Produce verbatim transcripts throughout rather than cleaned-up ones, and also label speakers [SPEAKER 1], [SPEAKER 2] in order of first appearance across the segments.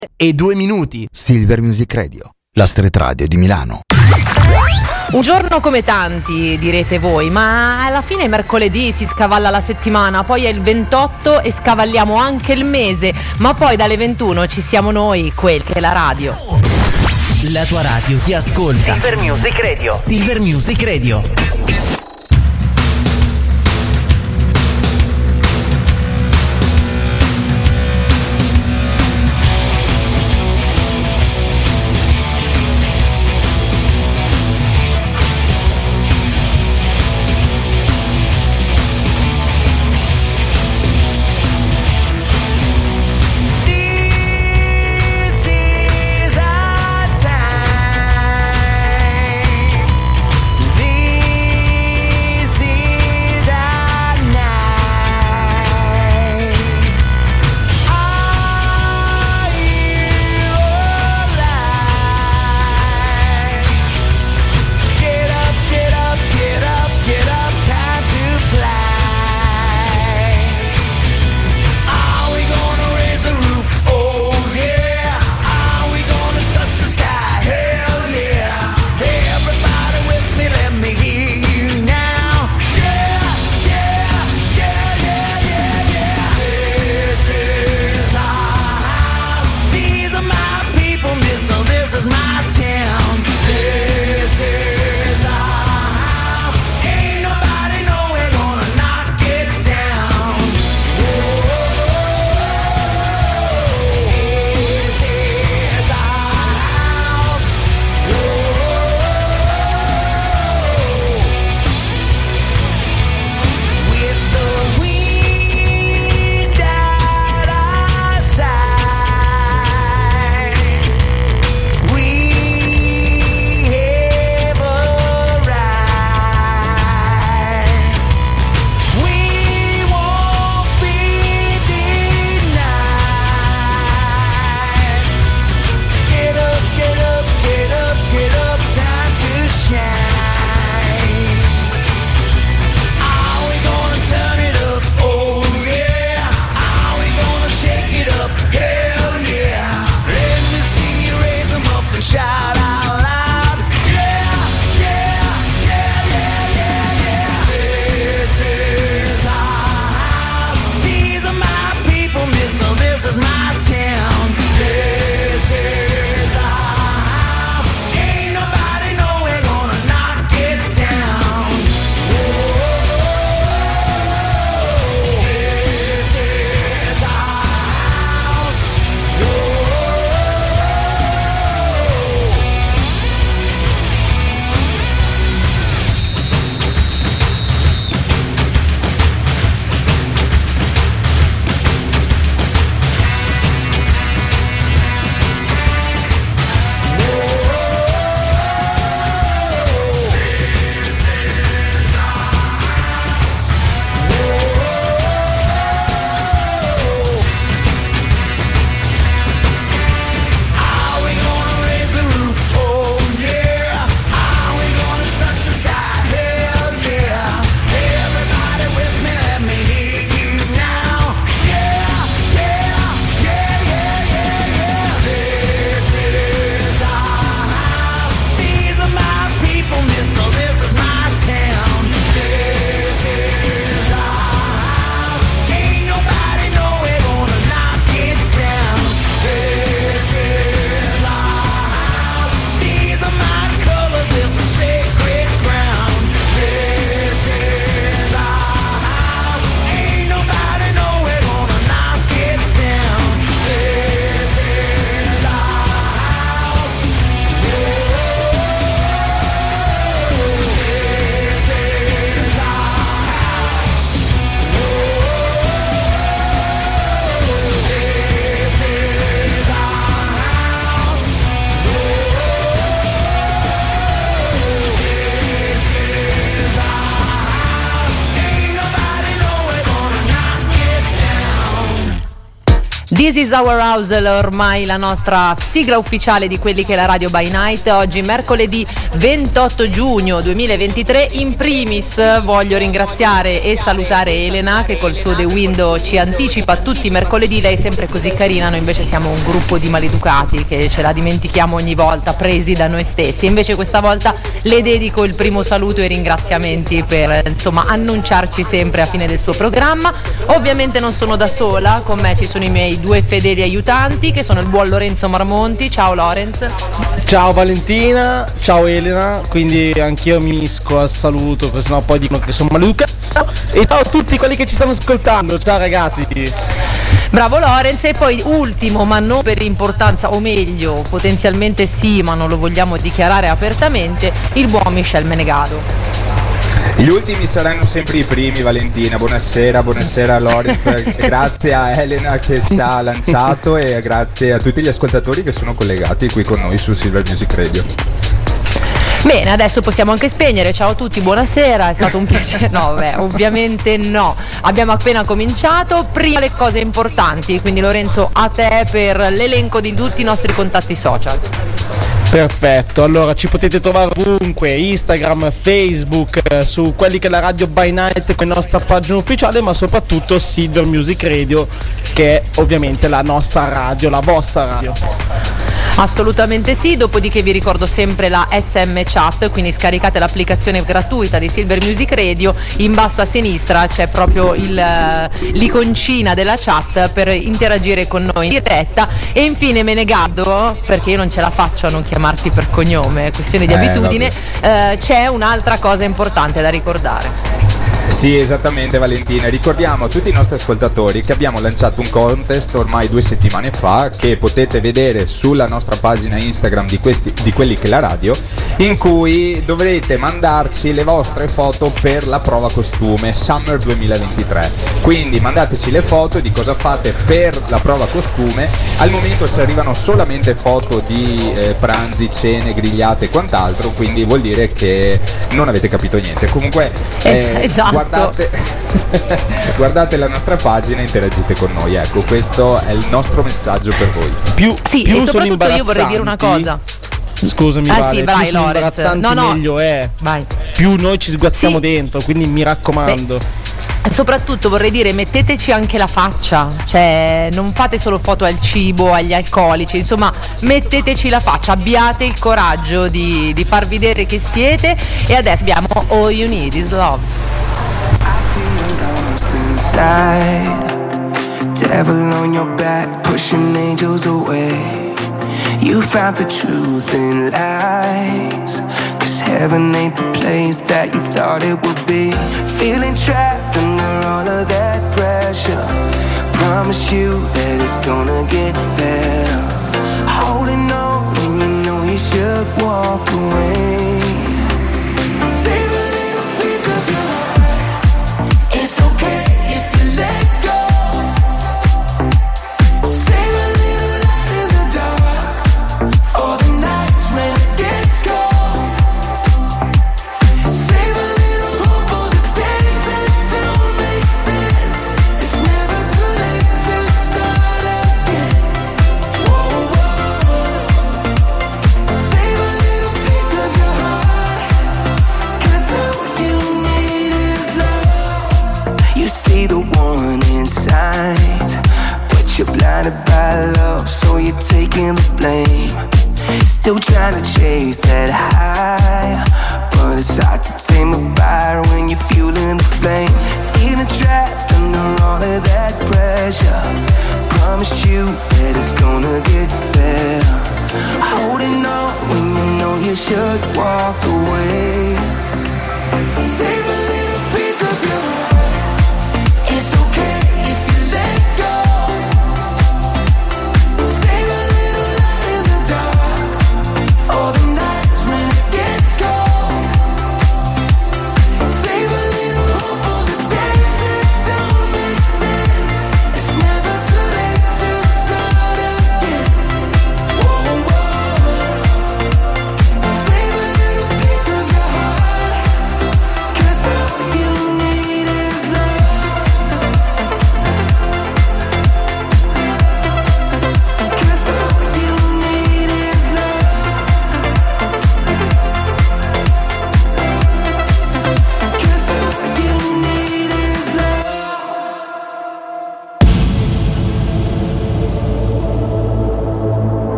[SPEAKER 1] e due minuti.
[SPEAKER 2] Silver Music Radio, la street radio di Milano.
[SPEAKER 3] Un giorno come tanti, direte voi, ma alla fine è mercoledì, si scavalla la settimana, poi è il ventotto e scavalliamo anche il mese, ma poi dalle ventuno ci siamo noi, quel che è la radio.
[SPEAKER 1] La tua radio ti ascolta.
[SPEAKER 4] Silver Music Radio.
[SPEAKER 1] Silver Music Radio.
[SPEAKER 5] This is our time.
[SPEAKER 3] This is Our House, ormai la nostra sigla ufficiale di quelli che è la Radio by Night. Oggi mercoledì ventotto giugno duemilaventitré. In primis voglio ringraziare e salutare Elena che col suo The Window ci anticipa tutti i mercoledì. Lei è sempre così carina, noi invece siamo un gruppo di maleducati che ce la dimentichiamo ogni volta, presi da noi stessi. Invece questa volta le dedico il primo saluto e ringraziamenti per insomma annunciarci sempre a fine del suo programma. Ovviamente non sono da sola, con me ci sono i miei due fedeli aiutanti che sono il buon Lorenzo Marmonti. Ciao Lorenz.
[SPEAKER 4] Ciao Valentina, ciao Elena, quindi anch'io mi unisco al saluto, perché sennò poi dicono che sono maleducato. E ciao a tutti quelli che ci stanno ascoltando, ciao ragazzi.
[SPEAKER 3] Bravo Lorenz. E poi ultimo, ma non per importanza, o meglio potenzialmente sì, ma non lo vogliamo dichiarare apertamente, il buon Michel Menegado.
[SPEAKER 5] Gli ultimi saranno sempre i primi, Valentina. Buonasera, buonasera Lorenz. Grazie a Elena che ci ha lanciato e grazie a tutti gli ascoltatori che sono collegati qui con noi su Silver Music Radio.
[SPEAKER 3] Bene, adesso possiamo anche spegnere. Ciao a tutti, buonasera, è stato un piacere. No, beh, ovviamente no. Abbiamo appena cominciato. Prima le cose importanti, quindi Lorenzo, a te per l'elenco di tutti i nostri contatti social.
[SPEAKER 4] Perfetto, allora ci potete trovare ovunque, Instagram, Facebook, eh, su quelli che è la Radio by Night con la nostra pagina ufficiale, ma soprattutto Silver Music Radio, che è ovviamente la nostra radio, la vostra radio.
[SPEAKER 3] Assolutamente sì, dopodiché vi ricordo sempre la S M Chat, quindi scaricate l'applicazione gratuita di Silver Music Radio, in basso a sinistra c'è proprio il, l'iconcina della chat per interagire con noi in diretta. E infine Menegado, perché io non ce la faccio a non chiamarti per cognome, è questione di
[SPEAKER 5] eh,
[SPEAKER 3] abitudine, eh, c'è un'altra cosa importante da ricordare.
[SPEAKER 5] Sì, esattamente Valentina, ricordiamo a tutti i nostri ascoltatori che abbiamo lanciato un contest ormai due settimane fa che potete vedere sulla nostra pagina Instagram di, questi, di quelli che è la radio, in cui dovrete mandarci le vostre foto per la prova costume Summer duemilaventitré. Quindi mandateci le foto di cosa fate per la prova costume. Al momento ci arrivano solamente foto di eh, pranzi, cene, grigliate e quant'altro, quindi vuol dire che non avete capito niente. Comunque eh,
[SPEAKER 3] esatto.
[SPEAKER 5] Guardate, guardate la nostra pagina e interagite con noi, ecco, questo è il nostro messaggio per voi.
[SPEAKER 4] Più,
[SPEAKER 3] sì,
[SPEAKER 4] più
[SPEAKER 3] e
[SPEAKER 4] sono
[SPEAKER 3] soprattutto io vorrei dire una cosa.
[SPEAKER 4] Scusami,
[SPEAKER 3] ah,
[SPEAKER 4] Vale,
[SPEAKER 3] sì,
[SPEAKER 4] più
[SPEAKER 3] vai,
[SPEAKER 4] sono
[SPEAKER 3] Lorenz.
[SPEAKER 4] imbarazzanti
[SPEAKER 3] No, no.
[SPEAKER 4] meglio è.
[SPEAKER 3] Vai.
[SPEAKER 4] Più noi ci sguazziamo
[SPEAKER 3] sì.
[SPEAKER 4] dentro, quindi mi raccomando.
[SPEAKER 3] Beh, soprattutto vorrei dire, metteteci anche la faccia, cioè non fate solo foto al cibo, agli alcolici, insomma metteteci la faccia, abbiate il coraggio di, di far vedere che siete. E adesso abbiamo All You Need Is Love.
[SPEAKER 6] Devil on your back, pushing angels away. You found the truth in lies, 'cause heaven ain't the place that you thought it would be. Feeling trapped under all of that pressure. Promise you that it's gonna get better. Holding on when you know you should walk away. Save a little piece of your heart. It's okay if you let go. Save a little light in the dark for the nights when it gets cold. Save a little hope for the days that don't make sense. It's never too late to start again. Whoa, whoa. Save a little piece of your heart, 'cause all you need is love. You see the one inside, but you're blinded by love, so you're taking the blame. Still trying to chase that high, but it's hard to tame a fire when you're fueling the flame. Feeling trapped under all of that pressure. Promise you that it's gonna get better. Holding on when you know you should walk away. Save a little piece of your heart. It's okay if you let go. Save a little light in the dark for the nights when it gets cold. Save a little hope for the days that don't make sense. It's never too late to start again. Whoa, whoa. Save a little piece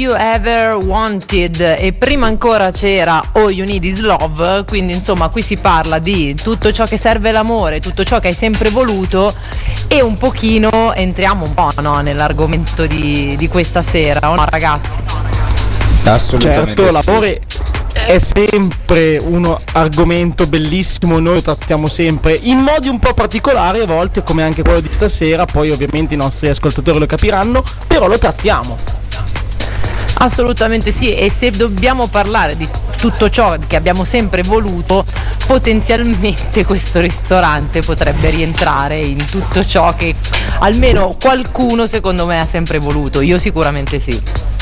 [SPEAKER 3] You Ever Wanted e prima ancora c'era All You Need Is Love, quindi insomma qui si parla di tutto ciò che serve l'amore, tutto ciò che hai sempre voluto e un pochino entriamo un po', no, nell'argomento di, di questa sera, no ragazzi?
[SPEAKER 5] Assolutamente.
[SPEAKER 4] Certo, l'amore è sempre un argomento bellissimo, noi lo trattiamo sempre in modi un po' particolari a volte, come anche quello di stasera, poi ovviamente i nostri ascoltatori lo capiranno, però lo trattiamo.
[SPEAKER 3] Assolutamente sì, e se dobbiamo parlare di tutto ciò che abbiamo sempre voluto, potenzialmente questo ristorante potrebbe rientrare in tutto ciò che almeno qualcuno secondo me ha sempre voluto, io sicuramente sì.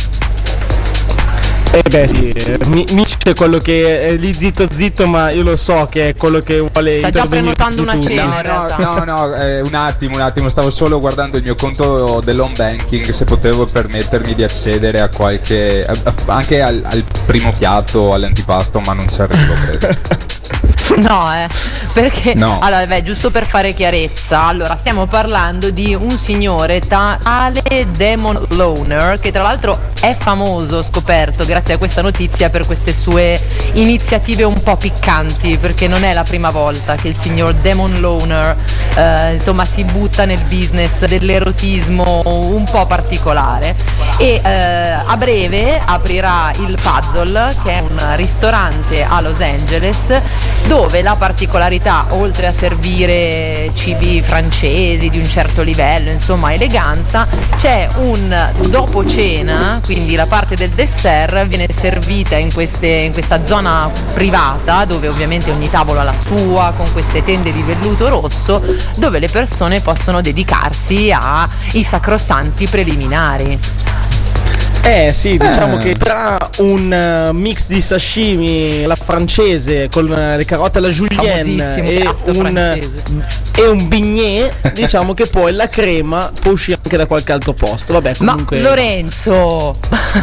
[SPEAKER 4] Eh beh sì, mi, Mitch è quello che è lì zitto zitto, ma io lo so che è quello che vuole
[SPEAKER 3] sta già
[SPEAKER 4] intervenire
[SPEAKER 3] prenotando una
[SPEAKER 4] tu.
[SPEAKER 3] cena
[SPEAKER 5] No,
[SPEAKER 3] in realtà.
[SPEAKER 5] no, no, no, eh, un attimo, un attimo, stavo solo guardando il mio conto dell'home banking, se potevo permettermi di accedere a qualche, a- a- anche al, al primo piatto, all'antipasto, ma non ci arrivo, credo.
[SPEAKER 3] No, eh, perché
[SPEAKER 5] No.
[SPEAKER 3] allora, beh, giusto per fare chiarezza, allora stiamo parlando di un signore tale Damon Loner, che tra l'altro è famoso, scoperto grazie a questa notizia, per queste sue iniziative un po' piccanti, perché non è la prima volta che il signor Damon Loner eh, insomma si butta nel business dell'erotismo un po' particolare e eh, a breve aprirà il Puzzle, che è un ristorante a Los Angeles dove la particolarità, oltre a servire cibi francesi di un certo livello, insomma eleganza, c'è un dopo cena, quindi la parte del dessert viene servita in, queste, in questa zona privata, dove ovviamente ogni tavolo ha la sua, con queste tende di velluto rosso, dove le persone possono dedicarsi ai sacrosanti preliminari.
[SPEAKER 4] Eh sì, diciamo che tra un uh, mix di sashimi alla francese con uh, le carote alla julienne
[SPEAKER 3] Famosissimo
[SPEAKER 4] e
[SPEAKER 3] piatto
[SPEAKER 4] un,
[SPEAKER 3] francese.
[SPEAKER 4] e un beignet, diciamo che poi la crema può uscire anche da qualche altro posto. Vabbè, comunque.
[SPEAKER 3] Ma Lorenzo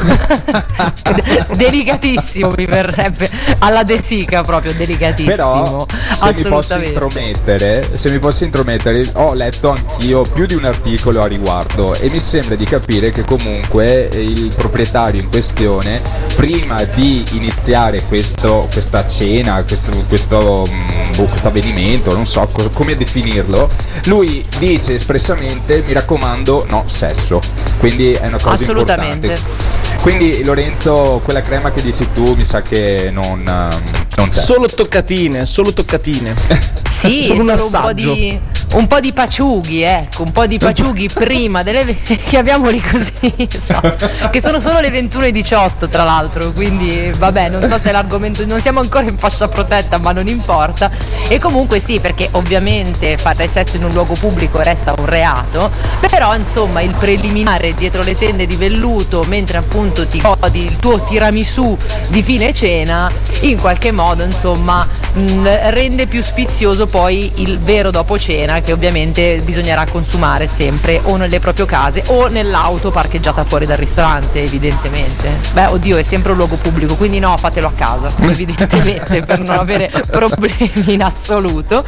[SPEAKER 3] delicatissimo, mi verrebbe alla De Sica, proprio delicatissimo.
[SPEAKER 5] Però se mi posso intromettere, se mi posso intromettere, ho letto anch'io più di un articolo a riguardo e mi sembra di capire che comunque il proprietario in questione, prima di iniziare questo, questa cena, questo, questo, boh, questo avvenimento, non so cosa, come definirlo, lui dice espressamente: mi raccomando, no sesso. Quindi è una cosa
[SPEAKER 3] assolutamente
[SPEAKER 5] importante. Quindi Lorenzo, quella crema che dici tu mi sa che non, non c'è.
[SPEAKER 4] Solo toccatine, solo toccatine.
[SPEAKER 3] Sì,
[SPEAKER 4] solo un
[SPEAKER 3] solo un po'
[SPEAKER 4] assaggio.
[SPEAKER 3] di un po' di paciughi, ecco, un po' di paciughi prima delle chiamiamoli così, so, che sono solo le ventuno e diciotto tra l'altro, quindi vabbè, non so se l'argomento, non siamo ancora in fascia protetta, ma non importa. E comunque sì, perché ovviamente fare sesso in un luogo pubblico resta un reato, però insomma il preliminare dietro le tende di velluto, mentre appunto ti godi il tuo tiramisù di fine cena, in qualche modo insomma mh, rende più sfizioso poi il vero dopo cena, che ovviamente bisognerà consumare sempre o nelle proprie case o nell'auto parcheggiata fuori dal ristorante, evidentemente. Beh, oddio, è sempre un luogo pubblico, quindi no, fatelo a casa, evidentemente, per non avere problemi in assoluto.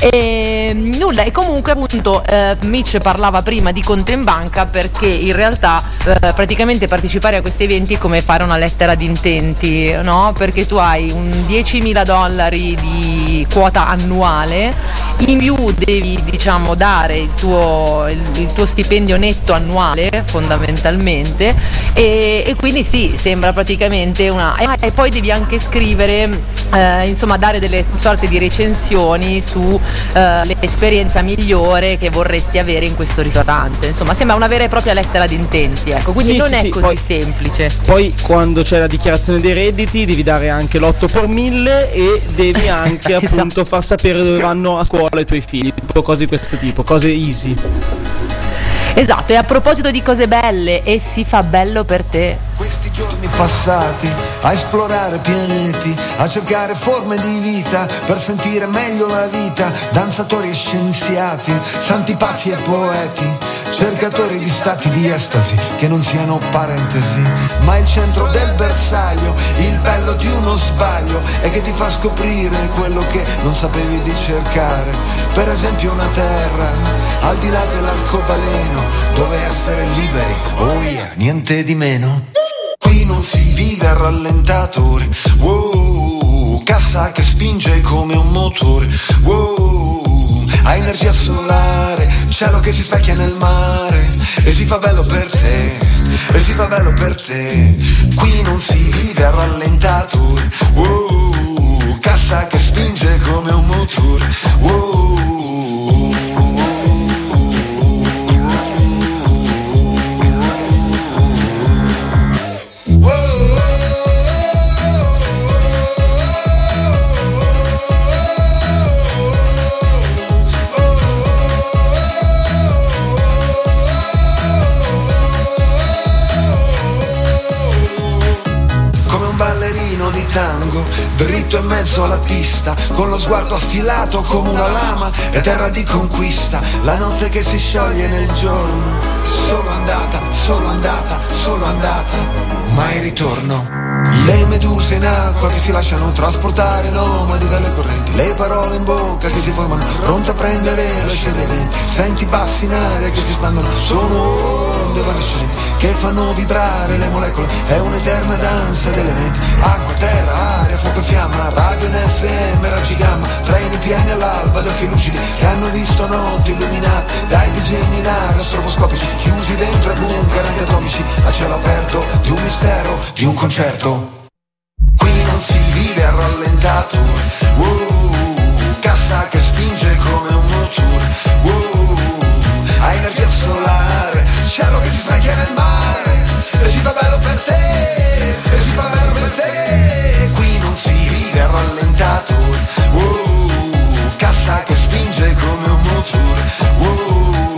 [SPEAKER 3] E nulla, e comunque appunto eh, Mitch parlava prima di conto in banca, perché in realtà eh, praticamente partecipare a questi eventi è come fare una lettera di intenti, no? Perché tu hai un diecimila dollari di quota annuale, in più devi diciamo dare il tuo, il, il tuo stipendio netto annuale fondamentalmente, e, e quindi sì, sembra praticamente una e, e poi devi anche scrivere eh, insomma dare delle sorte di recensioni su eh, l'esperienza migliore che vorresti avere in questo ristorante, insomma sembra una vera e propria lettera di intenti, ecco, quindi
[SPEAKER 4] Sì,
[SPEAKER 3] non
[SPEAKER 4] sì,
[SPEAKER 3] è
[SPEAKER 4] sì,
[SPEAKER 3] così
[SPEAKER 4] poi-
[SPEAKER 3] semplice.
[SPEAKER 4] Poi quando c'è la dichiarazione dei redditi devi dare anche l'otto per mille e devi anche
[SPEAKER 3] Esatto.
[SPEAKER 4] appunto far sapere dove vanno a scuola i tuoi figli, tipo cose di questo tipo, cose easy.
[SPEAKER 3] Esatto, e a proposito di cose belle, e si fa bello per te.
[SPEAKER 6] Questi giorni passati a esplorare pianeti, a cercare forme di vita per sentire meglio la vita, danzatori e scienziati, santi pazzi e poeti, cercatori di stati di estasi che non siano parentesi, ma il centro del bersaglio, il bello di uno sbaglio è che ti fa scoprire quello che non sapevi di cercare, per esempio una terra al di là dell'arcobaleno, dove essere liberi, oh yeah, niente di meno. Qui
[SPEAKER 7] vive a rallentatore. Wow, cassa che spinge come un motore. Wow, ha energia solare, cielo che si specchia nel mare. E si fa bello per te, e si fa bello per te. Qui non si vive a rallentatore. Wow, cassa che spinge come un motore. Wow. Di tango, dritto in mezzo alla pista, con lo sguardo affilato come una lama e terra di conquista. La notte che si scioglie nel giorno, solo andata, solo andata, solo andata, mai ritorno. Le meduse in acqua che si lasciano trasportare nomadi dalle correnti, le parole in bocca che si formano pronte a prendere le scie dei venti. Senti bassi in aria che si spandono, sono onde evanescenti che fanno vibrare le molecole, è un'eterna danza di elementi. Acqua, terra, aria, fuoco e fiamma, radio in F M, raggi gamma, treni pieni all'alba di occhi lucidi che hanno visto notti illuminate dai disegni in aria stroboscopici, chiusi dentro ai bunker antiatomici, a cielo aperto di un mistero, di un concerto. Qui non si vive a rallentato. Wow, cassa che spinge come un motore. Wow, ha energia solare, cielo che si specchia nel mare. E si fa bello per te, e si fa bello per te. Qui non si vive a rallentato. Wow, cassa che spinge come un motore. Wow.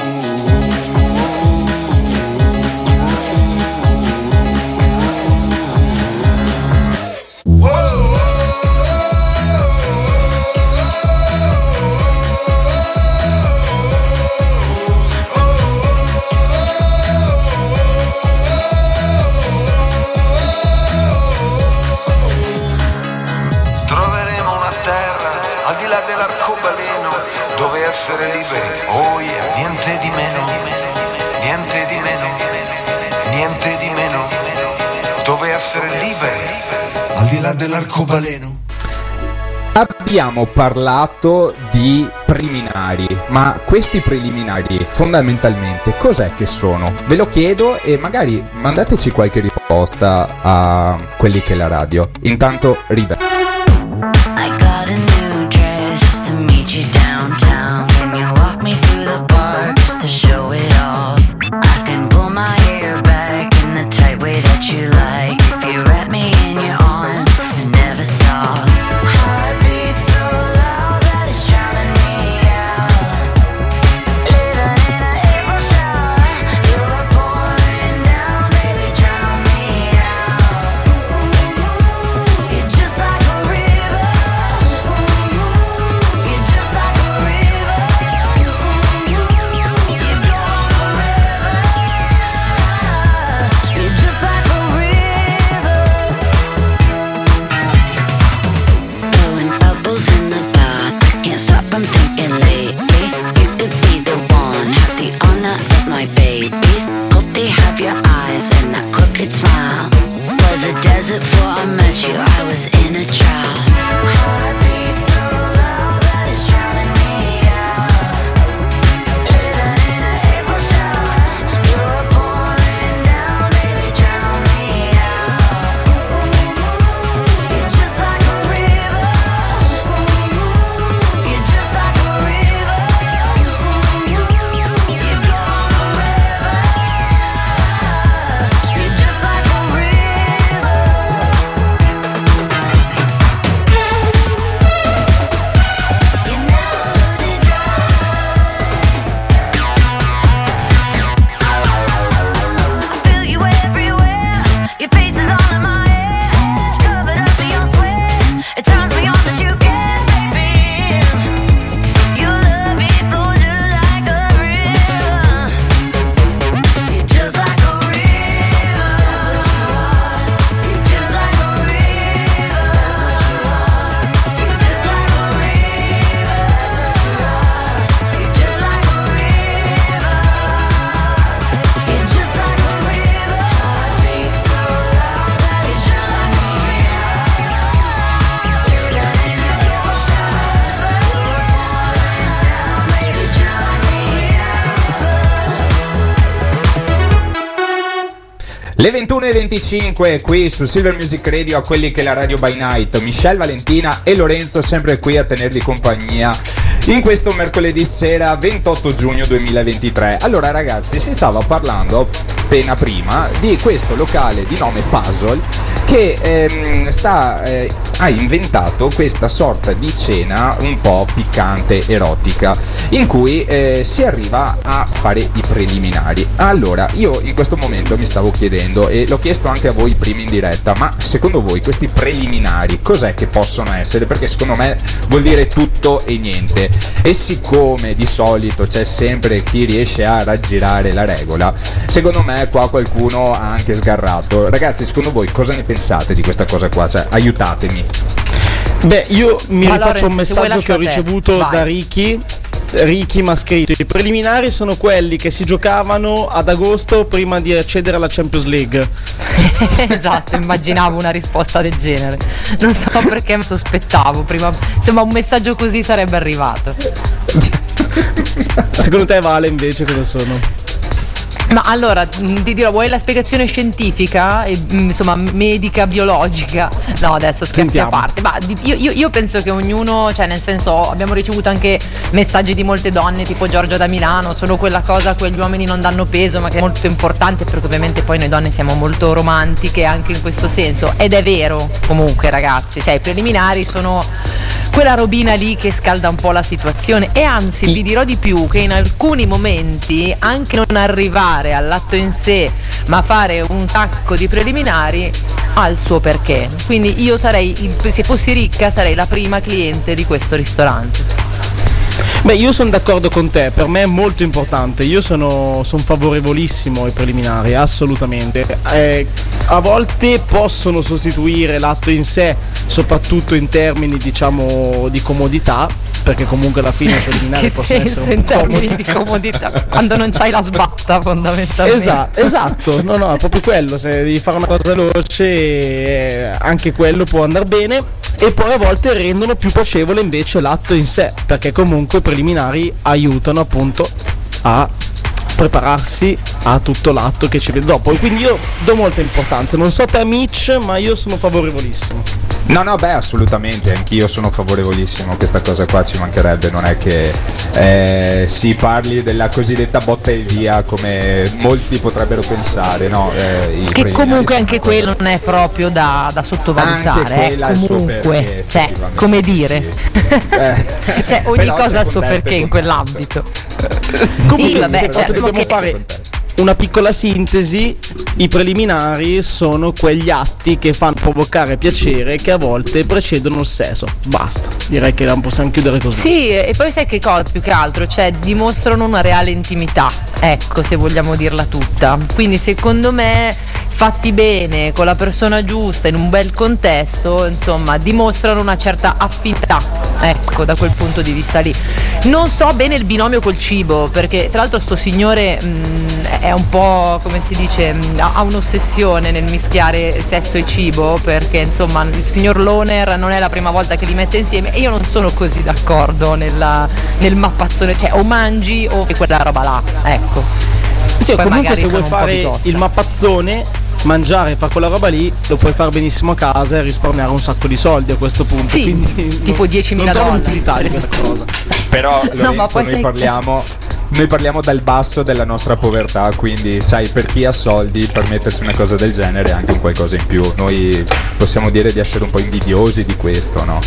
[SPEAKER 7] Essere liberi, oh yeah, niente di meno, niente di meno, niente di meno, dove essere liberi, al di là dell'arcobaleno.
[SPEAKER 5] Abbiamo parlato di preliminari, ma questi preliminari fondamentalmente cos'è che sono? Ve lo chiedo e magari mandateci qualche risposta a quelli che è la radio. Intanto River.
[SPEAKER 8] I got a new dress just to meet you downtown. Can you walk me through the park just to show it all? I can pull my hair back in the tight way that you like. If you wrap me in your arms and never stop. Heartbeat so loud that it's drowning me out. Living in an April shower, you're pouring down, baby, drown me out. Ooh, you're just like a
[SPEAKER 5] Le ventuno e venticinque qui su Silver Music Radio, a quelli che è la radio by night. Michelle, Valentina e Lorenzo sempre qui a tenervi compagnia in questo mercoledì sera ventotto giugno duemilaventitré. Allora ragazzi, si stava parlando appena prima di questo locale di nome Puzzle che ehm, sta eh, ha inventato questa sorta di cena un po' piccante, erotica, in cui eh, si arriva a fare i preliminari. Allora io in questo momento mi stavo chiedendo, e l'ho chiesto anche a voi prima in diretta, ma secondo voi questi preliminari cos'è che possono essere? Perché secondo me vuol dire tutto e niente, e siccome di solito c'è sempre chi riesce a raggirare la regola, secondo me qua qualcuno ha anche sgarrato. Ragazzi, secondo voi cosa ne pensate di questa cosa qua? Cioè, aiutatemi.
[SPEAKER 4] Beh, io mi
[SPEAKER 3] Ma
[SPEAKER 4] rifaccio
[SPEAKER 3] Lorenzo,
[SPEAKER 4] un
[SPEAKER 3] se
[SPEAKER 4] messaggio
[SPEAKER 3] vuoi
[SPEAKER 4] che ho
[SPEAKER 3] lascio a te.
[SPEAKER 4] ricevuto
[SPEAKER 3] Vai.
[SPEAKER 4] da Ricky. Ricky mi ha scritto: i preliminari sono quelli che si giocavano ad agosto prima di accedere alla Champions League.
[SPEAKER 3] Esatto, immaginavo una risposta del genere. Non so perché mi sospettavo prima. Insomma, un messaggio così sarebbe arrivato.
[SPEAKER 4] Secondo te, Vale, invece cosa sono?
[SPEAKER 3] Ma allora ti dirò, vuoi la spiegazione scientifica, e, mh, insomma medica, biologica? No, adesso scherzi
[SPEAKER 4] Sentiamo.
[SPEAKER 3] a parte. Ma di- io, io- io penso che ognuno, cioè nel senso, abbiamo ricevuto anche messaggi di molte donne, tipo Giorgia da Milano, sono quella cosa a cui gli uomini non danno peso, ma che è molto importante, perché ovviamente poi noi donne siamo molto romantiche anche in questo senso. Ed è vero, comunque ragazzi, cioè i preliminari sono quella robina lì che scalda un po' la situazione, e anzi vi dirò di più, che in alcuni momenti anche non arrivare all'atto in sé ma fare un sacco di preliminari ha il suo perché. Quindi io sarei, se fossi ricca, sarei la prima cliente di questo ristorante.
[SPEAKER 4] Beh, io sono d'accordo con te, per me è molto importante. Io sono, sono favorevolissimo ai preliminari, assolutamente. Eh, a volte possono sostituire l'atto in sé, soprattutto in termini, diciamo, di comodità, perché comunque alla fine i preliminari
[SPEAKER 3] Che
[SPEAKER 4] possono
[SPEAKER 3] senso
[SPEAKER 4] essere un
[SPEAKER 3] in
[SPEAKER 4] po'
[SPEAKER 3] termini di comodità? Quando non c'hai la sbatta, fondamentalmente.
[SPEAKER 4] Esatto, esatto, no no, è proprio quello, se devi fare una cosa veloce eh, anche quello può andare bene. E poi a volte rendono più piacevole invece l'atto in sé, perché comunque i preliminari aiutano appunto a prepararsi a tutto l'atto che ci vede dopo, e quindi io do molta importanza. Non so te Mitch, ma io sono favorevolissimo.
[SPEAKER 5] No, no, beh, assolutamente, anch'io sono favorevolissimo a questa cosa qua, ci mancherebbe, non è che eh, si parli della cosiddetta botta e via come molti potrebbero pensare, no? Eh, i
[SPEAKER 3] Che
[SPEAKER 5] preliminari
[SPEAKER 3] comunque
[SPEAKER 5] sono
[SPEAKER 3] anche
[SPEAKER 5] una cosa-
[SPEAKER 3] quello non è proprio da, da sottovalutare,
[SPEAKER 5] Anche
[SPEAKER 3] eh,
[SPEAKER 5] quella ha il suo
[SPEAKER 3] comunque,
[SPEAKER 5] perché,
[SPEAKER 3] cioè,
[SPEAKER 5] effettivamente,
[SPEAKER 3] come dire,
[SPEAKER 5] sì. Eh,
[SPEAKER 3] cioè ogni
[SPEAKER 5] però
[SPEAKER 3] cosa ha il
[SPEAKER 5] c'è
[SPEAKER 3] suo
[SPEAKER 5] contesto
[SPEAKER 3] perché
[SPEAKER 5] e
[SPEAKER 3] in
[SPEAKER 5] contesto.
[SPEAKER 3] quell'ambito.
[SPEAKER 4] Comunque,
[SPEAKER 3] Sì, vabbè,
[SPEAKER 4] se
[SPEAKER 3] cioè,
[SPEAKER 4] dobbiamo
[SPEAKER 3] che-
[SPEAKER 4] fare una piccola sintesi, i preliminari sono quegli atti che fanno provocare piacere, che a volte precedono il sesso. Basta, direi che la possiamo chiudere così.
[SPEAKER 3] Sì, e poi sai che cosa più che altro? Cioè dimostrano una reale intimità, ecco, se vogliamo dirla tutta. Quindi secondo me, fatti bene, con la persona giusta, in un bel contesto, insomma, dimostrano una certa affinità, ecco, da quel punto di vista lì. Non so bene il binomio col cibo, perché tra l'altro sto signore mh, è un po', come si dice, mh, ha un'ossessione nel mischiare sesso e cibo, perché insomma il signor Loner non è la prima volta che li mette insieme, e io non sono così d'accordo nella, nel mappazzone, cioè o mangi o fai quella roba là, ecco.
[SPEAKER 4] Sì, o
[SPEAKER 3] Poi
[SPEAKER 4] comunque
[SPEAKER 3] magari
[SPEAKER 4] se vuoi
[SPEAKER 3] sono un po'
[SPEAKER 4] fare
[SPEAKER 3] bigotta.
[SPEAKER 4] il mappazzone, mangiare e fare quella roba lì, lo puoi fare benissimo a casa e risparmiare un sacco di soldi a questo punto.
[SPEAKER 3] Sì,
[SPEAKER 4] Quindi
[SPEAKER 3] tipo
[SPEAKER 4] non-
[SPEAKER 3] diecimila
[SPEAKER 4] non trovo
[SPEAKER 3] dollari.
[SPEAKER 4] l'utilità di questa cosa.
[SPEAKER 5] Però
[SPEAKER 3] No, ma
[SPEAKER 5] Lorenzo,
[SPEAKER 3] poi
[SPEAKER 5] noi
[SPEAKER 3] sai-
[SPEAKER 5] parliamo noi parliamo dal basso della nostra povertà, quindi sai, per chi ha soldi permettersi una cosa del genere è anche un qualcosa in più. Noi possiamo dire di essere un po' invidiosi di questo, no?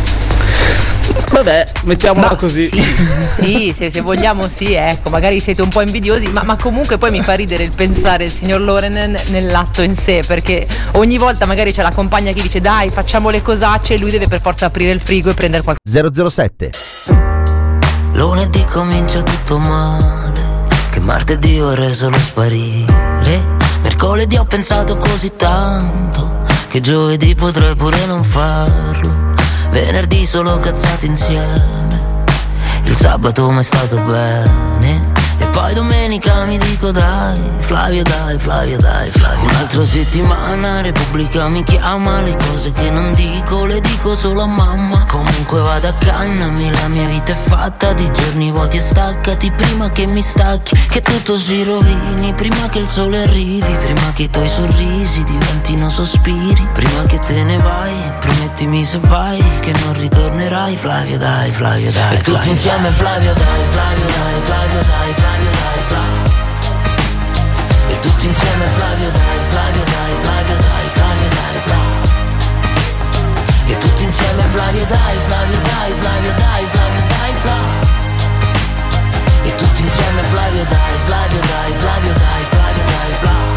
[SPEAKER 4] Vabbè, mettiamola
[SPEAKER 3] Ma
[SPEAKER 4] così.
[SPEAKER 3] Sì, sì, se, se vogliamo sì, ecco, magari siete un po' invidiosi, ma, ma comunque poi mi fa ridere il pensare il signor Loren nell'atto in sé, perché ogni volta magari c'è la compagna che dice dai facciamo le cosacce, e lui deve per forza aprire il frigo e prendere qualcosa.
[SPEAKER 2] zero zero sette.
[SPEAKER 9] Lunedì comincia tutto male, che martedì vorrei solo sparire. Mercoledì ho pensato così tanto, che giovedì potrei pure non farlo. Venerdì solo cazzati insieme, il sabato m'è stato bene. E poi domenica mi dico dai, Flavio dai, Flavio dai, Flavio. Un'altra settimana, Repubblica mi chiama, le cose che non dico le dico solo a mamma. Comunque vado a cannami, la mia vita è fatta fatta di giorni vuoti e staccati prima che mi stacchi, che tutto si rovini prima che il sole arrivi, prima che i tuoi sorrisi diventino sospiri, prima che te ne vai, promettimi se vai che non ritornerai. Flavio dai, Flavio dai, e tutti insieme Flavio dai, Flavio dai, Flavio dai, Flavio dai, Flavio. E tutti insieme Flavio dai, Flavio dai, Flavio dai, Flavio dai, Flavio. E tutti insieme Flavio dai, Flavio dai, Flavio dai, Flavio dai, Flavio. E tutti insieme Flavio dai, Flavio dai, Flavio dai, Flavio dai,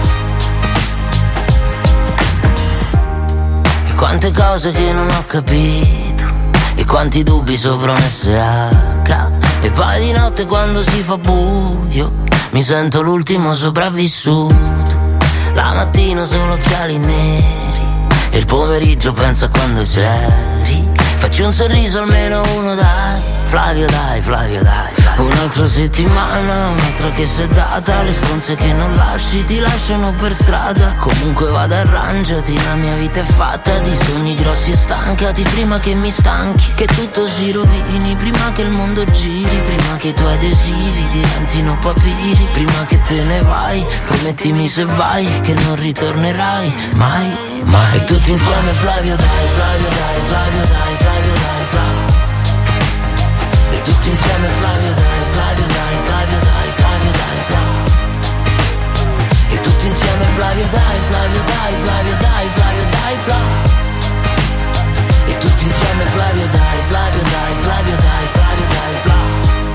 [SPEAKER 9] Flavio. E quante cose che non ho capito, e quanti dubbi sopra un S H. E poi di notte quando si fa buio mi sento l'ultimo sopravvissuto. La mattina solo occhiali neri e il pomeriggio penso a quando c'eri. Facci un sorriso almeno uno dai, Flavio dai, Flavio dai, Flavio. Un'altra settimana, un'altra che si è data. Le stronze che non lasci ti lasciano per strada. Comunque vado, arrangiati, la mia vita è fatta di sogni grossi e stancati prima che mi stanchi, che tutto si rovini prima che il mondo giri, prima che i tuoi adesivi diventino papiri, prima che te ne vai, promettimi se vai che non ritornerai mai, mai. E tutti insieme Flavio dai, Flavio dai, Flavio dai, Flavio dai, Flavio. E tutti insieme Flavio dai, Flavio dai, Flavio dai, Flavio dai, Flavio. E tutti insieme Flavio dai, Flavio dai, Flavio dai, Flavio dai, Flavio. E tutti insieme Flavio dai, Flavio dai, Flavio dai, Flavio dai, Flavio.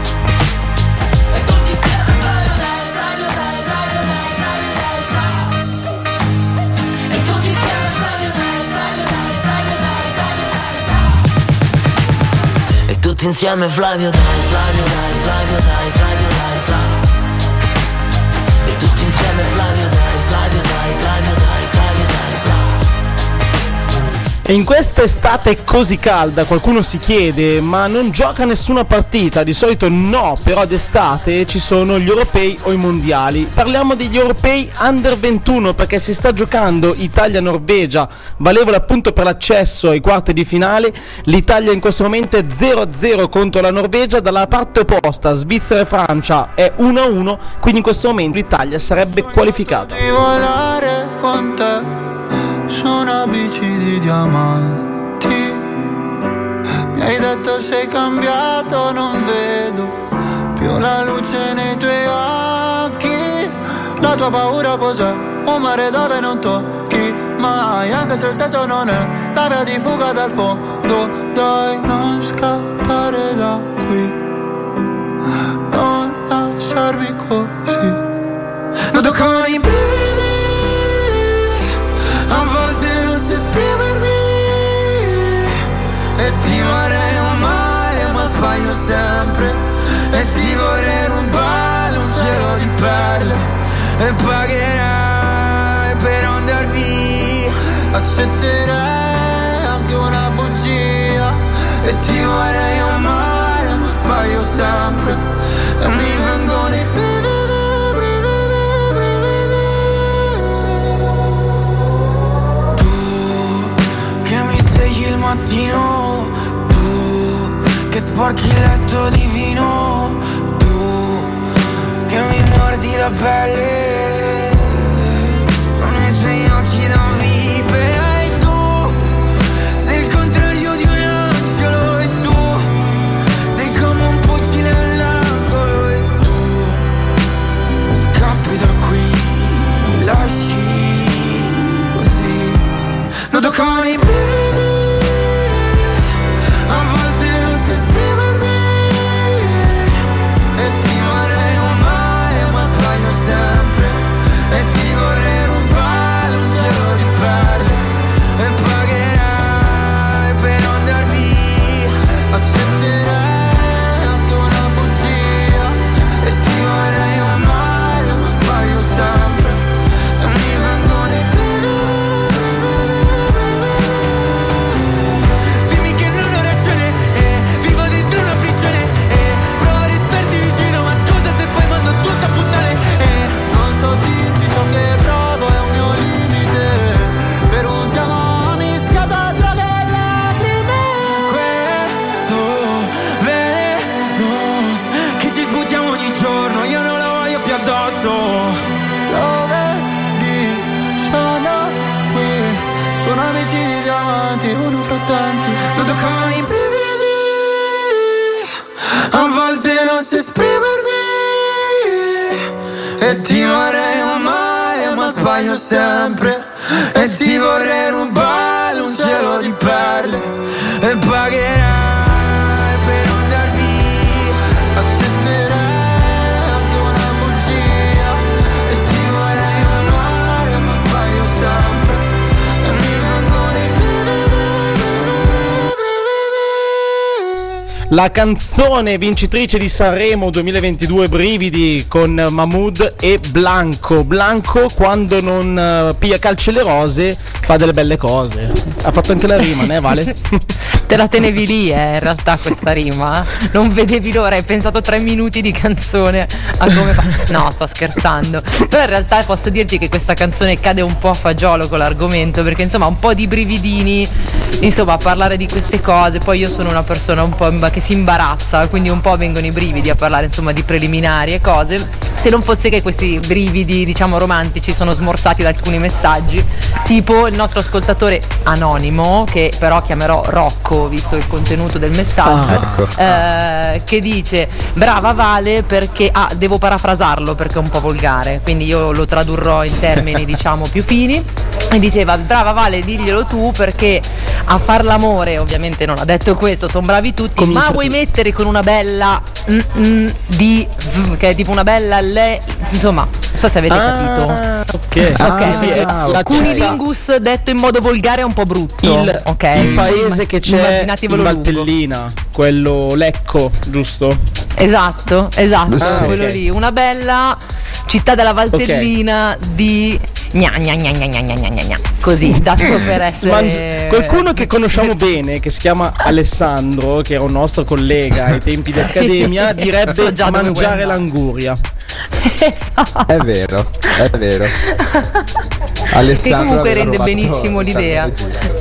[SPEAKER 9] E tutti insieme Flavio dai, Flavio dai, Flavio dai, Flavio dai, Flavio. E tutti insieme Flavio dai, Flavio dai, Flavio dai, Flavio dai, Flavio. E tutti insieme Flavio dai, Flavio dai, Flavio dai, Flavio dai, Flavio. E tutti insieme Flavio dai, Flavio dai, Flavio dai, Flavio dai, Flavio.
[SPEAKER 4] E in questa estate così calda qualcuno si chiede: ma non gioca nessuna partita? Di solito no, però d'estate ci sono gli europei o i mondiali. Parliamo degli europei under ventuno perché si sta giocando Italia-Norvegia, valevole appunto per l'accesso ai quarti di finale. L'Italia in questo momento è zero a zero contro la Norvegia, dalla parte opposta Svizzera e Francia è uno a uno, quindi in questo momento l'Italia sarebbe qualificata.
[SPEAKER 10] Di volare con te su una bici di diamanti. Mi hai detto sei cambiato, non vedo più la luce nei tuoi occhi. La tua paura cos'è? Un mare dove non tocchi mai, anche se il senso non è la via di fuga dal fondo. Dai, non scappare da qui, non lasciarmi così. Non toccano i brividi, a volte non so esprimermi, e ti vorrei amare ma sbaglio sempre, e ti vorrei rubare un cielo di perle, e pagherai per andar via, accetterei anche una bugia, e ti vorrei amare ma sbaglio sempre, e mi vengono i brividi. Il mattino, tu che sporchi il letto di vino, tu che mi mordi la pelle con i tuoi occhi da vipera, e tu sei il contrario di un angelo, e tu sei come un pugile all'angolo, e tu scappi da qui, mi lasci così. Non toccano i brividi, sempre, sbaglio sempre e ti vorrei rubare un cielo di perle e pagherai per andar via, accetterai anche una bugia e ti vorrei amare ma sbaglio sempre e mi vengono i
[SPEAKER 4] La canzone vincitrice di Sanremo duemilaventidue, Brividi, con Mahmood e Blanco. Blanco, quando non uh, piglia calci le rose, fa delle belle cose. Ha fatto anche la rima, né Vale?
[SPEAKER 3] Te la tenevi lì, eh, in realtà questa rima. Non vedevi l'ora, hai pensato tre minuti di canzone a come fa. No, sto scherzando. Però in realtà posso dirti che questa canzone cade un po' a fagiolo con l'argomento, perché insomma un po' di brividini, insomma, a parlare di queste cose. Poi io sono una persona un po' imba- che si imbarazza, quindi un po' vengono i brividi a parlare insomma di preliminari e cose. Se non fosse che questi brividi, diciamo, romantici sono smorzati da alcuni messaggi, tipo il nostro ascoltatore anonimo, che però chiamerò Rocco visto il contenuto del messaggio, ah, eh, che dice: brava Vale, perché ah, devo parafrasarlo perché è un po' volgare, quindi io lo tradurrò in termini diciamo più fini, e diceva: brava Vale, diglielo tu, perché a far l'amore, ovviamente non ha detto questo, sono bravi tutti, comincia ma vuoi tu. Mettere con una bella mm, mm, di che è tipo una bella le, insomma, non so se avete
[SPEAKER 4] ah,
[SPEAKER 3] capito.
[SPEAKER 4] Ok,
[SPEAKER 3] ah,
[SPEAKER 4] okay. Sì, sì,
[SPEAKER 3] ah, la cunilingus detto in modo volgare è un po' brutto.
[SPEAKER 4] Il,
[SPEAKER 3] okay.
[SPEAKER 4] il paese che c'è in Valtellina, quello Lecco, giusto?
[SPEAKER 3] Esatto, esatto,
[SPEAKER 4] ah,
[SPEAKER 3] quello
[SPEAKER 4] okay.
[SPEAKER 3] lì, una bella città della Valtellina, okay, di gna gna gna gna gna gna gna gna. Così, dato per essere
[SPEAKER 4] Mangi- qualcuno che conosciamo bene, che si chiama Alessandro, che era un nostro collega ai tempi di accademia, direbbe so mangiare l'anguria.
[SPEAKER 3] Esatto.
[SPEAKER 5] È vero, è vero.
[SPEAKER 3] Alessandro, che comunque rende benissimo l'idea.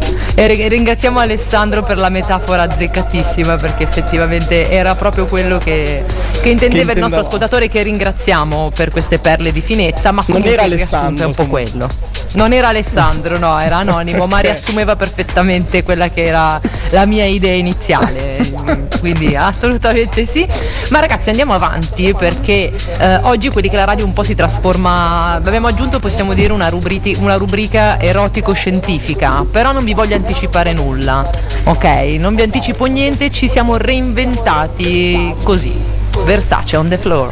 [SPEAKER 3] E ringraziamo Alessandro per la metafora azzeccatissima, perché effettivamente era proprio quello che, che intendeva che il nostro ascoltatore, che ringraziamo per queste perle di finezza. Ma comunque
[SPEAKER 4] non era
[SPEAKER 3] il riassunto è un po' quello. Non era Alessandro, no, era anonimo, ma riassumeva perfettamente quella che era la mia idea iniziale. Quindi assolutamente sì. Ma ragazzi, andiamo avanti, perché eh, oggi quelli che la radio un po' si trasforma. Abbiamo aggiunto, possiamo dire, una, rubriti, una rubrica erotico-scientifica. Però non vi voglio anticipare nulla, ok? Non vi anticipo niente, ci siamo reinventati così. Versace on the floor.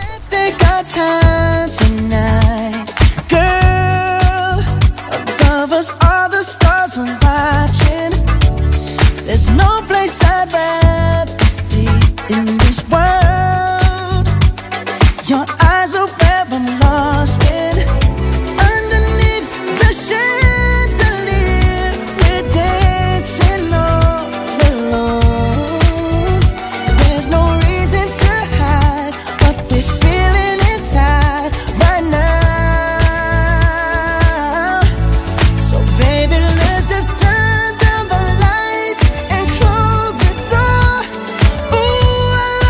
[SPEAKER 10] All the stars are watching. There's no place I'd rather be in this world. Your eyes are where I'm lost in. Underneath the chandelier, we're dancing all alone. There's no reason to hide what we're feeling inside right now. Baby, let's just turn down the lights and close the door. Ooh, I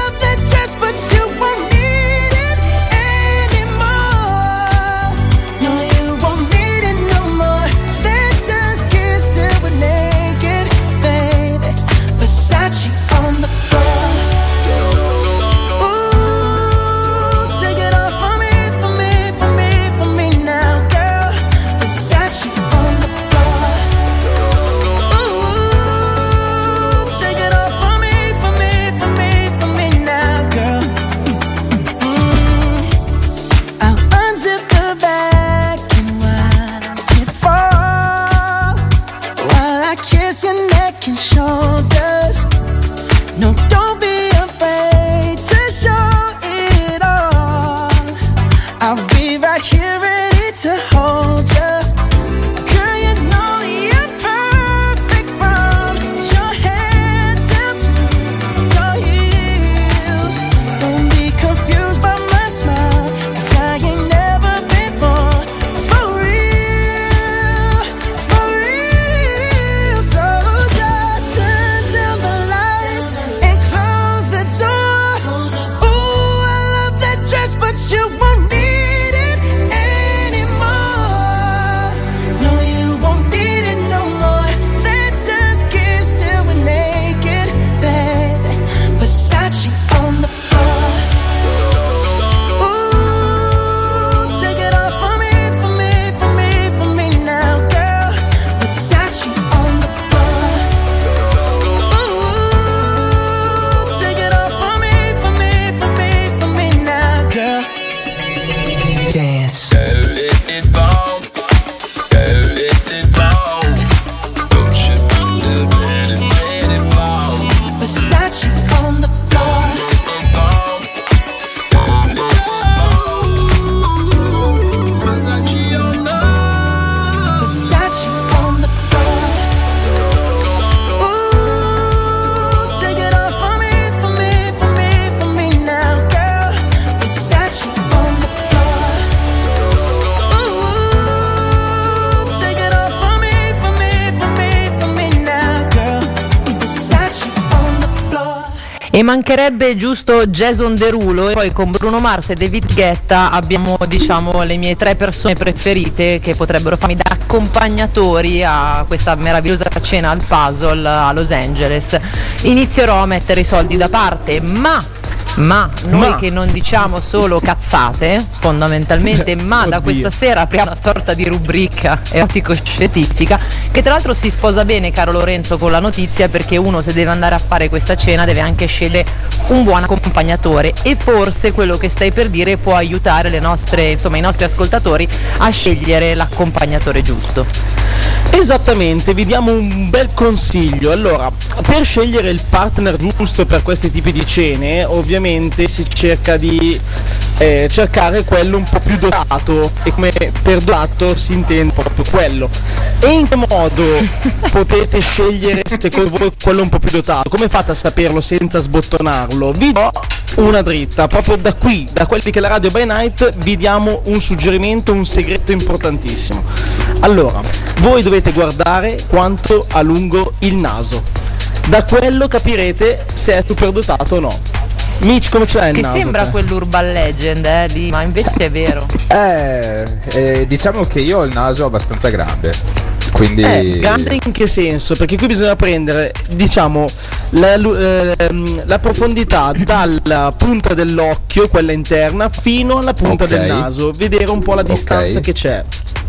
[SPEAKER 3] E mancherebbe giusto Jason Derulo, e poi con Bruno Mars e David Guetta abbiamo, diciamo, le mie tre persone preferite che potrebbero farmi da accompagnatori a questa meravigliosa cena al puzzle a Los Angeles. Inizierò a mettere i soldi da parte, ma Ma noi
[SPEAKER 4] Ma.
[SPEAKER 3] che non diciamo solo cazzate fondamentalmente, ma da
[SPEAKER 4] Oddio.
[SPEAKER 3] questa sera apriamo una sorta di rubrica erotico-scientifica che tra l'altro si sposa bene, caro Lorenzo, con la notizia, perché uno, se deve andare a fare questa cena, deve anche scegliere un buon accompagnatore, e forse quello che stai per dire può aiutare le nostre, insomma, i nostri ascoltatori a scegliere l'accompagnatore giusto.
[SPEAKER 4] Esattamente, vi diamo un bel consiglio. Allora, per scegliere il partner giusto per questi tipi di cene, ovviamente si cerca di eh, cercare quello un po' più dotato, e come per dotato si intende proprio quello. E in che modo potete scegliere secondo voi quello un po' più dotato? Come fate a saperlo senza sbottonarlo? Vi do una dritta, proprio da qui, da quelli che la Radio by Night vi diamo un suggerimento, un segreto importantissimo. Allora, voi dovete guardare quanto ha lungo il naso. Da quello capirete se è superdotato o no. Mitch, come ce l'hai il
[SPEAKER 3] Che
[SPEAKER 4] naso?
[SPEAKER 3] sembra
[SPEAKER 4] te?
[SPEAKER 3] quell'urban legend, eh, di, ma invece è vero.
[SPEAKER 5] Eh, eh, diciamo che io ho il naso abbastanza grande, quindi
[SPEAKER 4] Eh, grande in che senso? Perché qui bisogna prendere, diciamo, la, lu- ehm, la profondità dalla punta dell'occhio, quella interna, fino alla punta
[SPEAKER 5] Ok.
[SPEAKER 4] del naso, vedere un po' la distanza
[SPEAKER 5] Ok.
[SPEAKER 4] che c'è.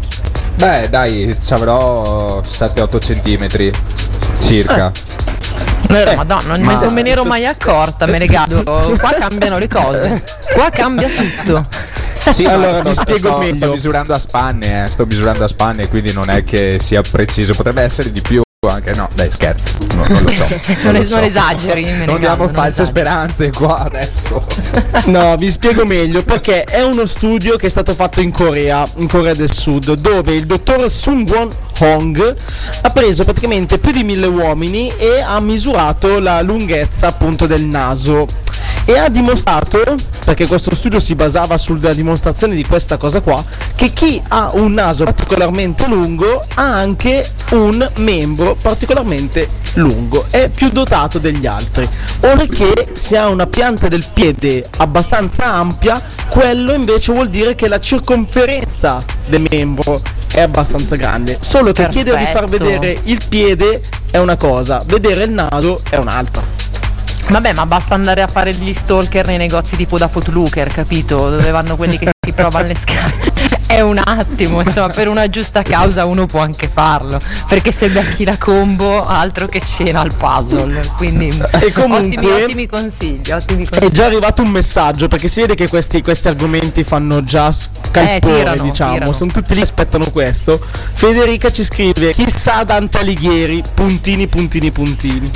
[SPEAKER 5] Beh, dai, ci avrò sette otto centimetri circa.
[SPEAKER 3] Eh, Madonna, non,
[SPEAKER 5] ma-
[SPEAKER 3] non me ne ero mai accorta, me ne gado. Qua cambiano le cose. Qua cambia tutto.
[SPEAKER 5] Sì, ma
[SPEAKER 4] Allora,
[SPEAKER 5] sto,
[SPEAKER 4] vi spiego
[SPEAKER 5] sto,
[SPEAKER 4] meglio.
[SPEAKER 5] sto misurando a spanne, eh, sto misurando a spanne, quindi non è che sia preciso, potrebbe essere di più anche, no, dai, scherzo, no, non lo so.
[SPEAKER 3] Non
[SPEAKER 5] lo
[SPEAKER 3] es- non esageri, me ne
[SPEAKER 5] Non diamo
[SPEAKER 3] cado, non
[SPEAKER 5] false
[SPEAKER 3] esageri.
[SPEAKER 5] speranze qua adesso.
[SPEAKER 4] No, vi spiego meglio, perché è uno studio che è stato fatto in Corea, in Corea del Sud, dove il dottor Sung-won Hong ha preso praticamente più di mille uomini e ha misurato la lunghezza appunto del naso. E ha dimostrato, perché questo studio si basava sulla dimostrazione di questa cosa qua, che chi ha un naso particolarmente lungo ha anche un membro particolarmente lungo, è più dotato degli altri. Ora che se ha una pianta del piede abbastanza ampia, quello invece vuol dire che la circonferenza del membro è abbastanza grande. Solo che
[SPEAKER 3] Perfetto.
[SPEAKER 4] chiedervi di far vedere il piede è una cosa, vedere il naso è un'altra.
[SPEAKER 3] Vabbè, ma basta andare a fare gli stalker nei negozi tipo da Footlooker, capito? Dove vanno quelli che si provano le scale. È un attimo, insomma, per una giusta causa uno può anche farlo. Perché se becchi la combo, altro che cena al puzzle. Quindi
[SPEAKER 4] E comunque-
[SPEAKER 3] ottimi, ottimi consigli, ottimi
[SPEAKER 4] È
[SPEAKER 3] consigli.
[SPEAKER 4] già arrivato un messaggio, perché si vede che questi, questi argomenti fanno già scalpore,
[SPEAKER 3] Eh, tirano,
[SPEAKER 4] diciamo,
[SPEAKER 3] tirano.
[SPEAKER 4] sono tutti lì che aspettano questo. Federica ci scrive: chissà Dante Alighieri, puntini puntini puntini.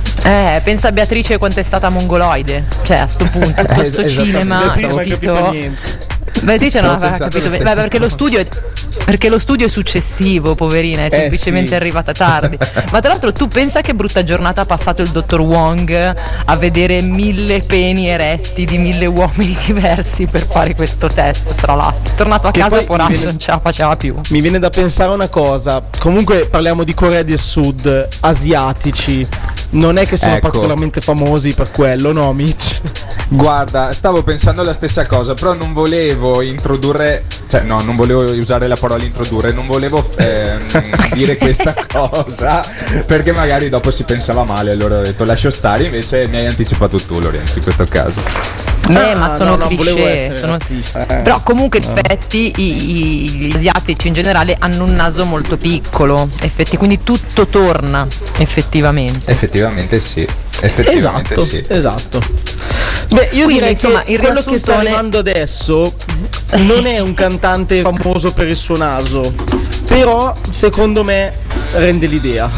[SPEAKER 3] Eh, pensa a Beatrice quanto è stata mongoloide. Cioè, a sto punto, tutto sto
[SPEAKER 5] Es-
[SPEAKER 3] cinema,
[SPEAKER 4] Beatrice non ha
[SPEAKER 3] capito?
[SPEAKER 4] capito niente.
[SPEAKER 3] Beatrice non
[SPEAKER 5] Stavo
[SPEAKER 3] aveva
[SPEAKER 5] pensando
[SPEAKER 3] capito
[SPEAKER 5] la
[SPEAKER 3] bene.
[SPEAKER 5] stessa
[SPEAKER 3] Beh, perché lo
[SPEAKER 5] cosa.
[SPEAKER 3] studio è, perché lo studio è successivo, poverina, è
[SPEAKER 4] Eh,
[SPEAKER 3] semplicemente
[SPEAKER 4] sì.
[SPEAKER 3] arrivata tardi. Ma tra l'altro tu pensa che brutta giornata ha passato il dottor Wong a vedere mille peni eretti di mille uomini diversi per fare questo test, tra l'altro. Tornato a
[SPEAKER 4] Che
[SPEAKER 3] casa,
[SPEAKER 4] poi
[SPEAKER 3] poraccio,
[SPEAKER 4] mi viene-
[SPEAKER 3] non ce la faceva più.
[SPEAKER 4] Mi viene da pensare una cosa. Comunque parliamo di Corea del Sud, asiatici. Non è che sono
[SPEAKER 5] Ecco.
[SPEAKER 4] particolarmente famosi per quello, no, Mitch?
[SPEAKER 5] Guarda, stavo pensando la stessa cosa, però non volevo introdurre, cioè no, non volevo usare la parola introdurre, non volevo ehm, dire questa cosa, perché magari dopo si pensava male, allora ho detto lascio stare, invece mi hai anticipato tu, Lorenzo, in questo caso.
[SPEAKER 3] Eh,
[SPEAKER 4] Ah,
[SPEAKER 3] ma sono
[SPEAKER 4] no, non volevo
[SPEAKER 3] cliché,
[SPEAKER 4] essere
[SPEAKER 3] sono-
[SPEAKER 4] razzista.
[SPEAKER 3] però comunque in effetti i- i- gli asiatici in generale hanno un naso molto piccolo, effetti, quindi tutto torna effettivamente.
[SPEAKER 5] Effettivamente sì, effettivamente
[SPEAKER 4] Esatto,
[SPEAKER 5] sì.
[SPEAKER 4] esatto. Beh, io
[SPEAKER 3] Quindi,
[SPEAKER 4] direi
[SPEAKER 3] insomma,
[SPEAKER 4] che
[SPEAKER 3] il
[SPEAKER 4] quello che sta
[SPEAKER 3] riassuntone-
[SPEAKER 4] arrivando adesso non è un cantante famoso per il suo naso, però secondo me rende l'idea.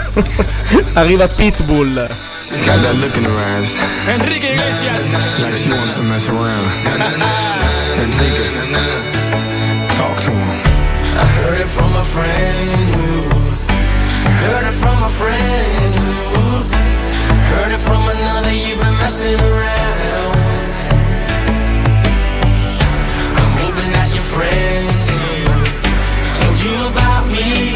[SPEAKER 4] Arriva Pitbull.
[SPEAKER 10] She's got that look in her eyes. Enrique Iglesias. Like she wants to mess around. Enrique, talk to him.
[SPEAKER 6] I heard it from a friend who heard it from a friend who heard it from another. You've been messing around. I'm hoping that your friend too told you about me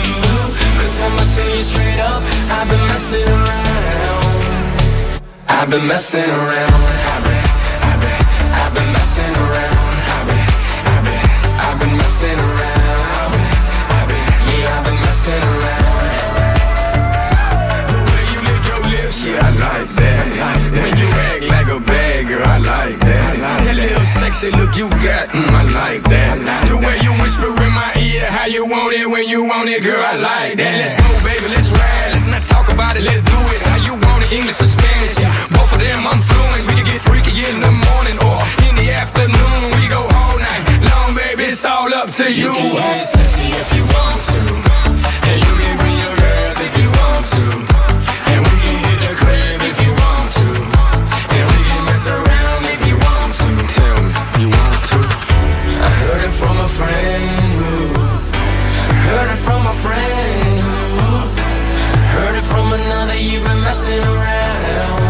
[SPEAKER 6] too. Cause I'ma tell you straight up, I've been messing around. I've been
[SPEAKER 10] been messing around. I've been, I've been, I've been messing around. I've been, I've been, I've been messing around. I've been, I've been, yeah, I've been messing around. The way you lick your lips, yeah, I like that. When you act like a bad girl, I like that. That little sexy look you got, mm, I like that. The way you whisper in my ear, how you want it when you want it, girl, I like that. Let's go, baby, let's ride. Let's not talk about it, let's do it. How you want it, English or Spanish? Yeah. Both of them I'm fluent. We can get freaky in the morning or in the afternoon. We go all night long, baby, it's all up to you. You can get sexy if you want to, and you can bring your girls if you want to, and we can hit the crib if you want to, and we can mess around if you want to. Tell me, you want to? I heard it from a friend who, heard it from a friend who, heard it from another, you've been messing around.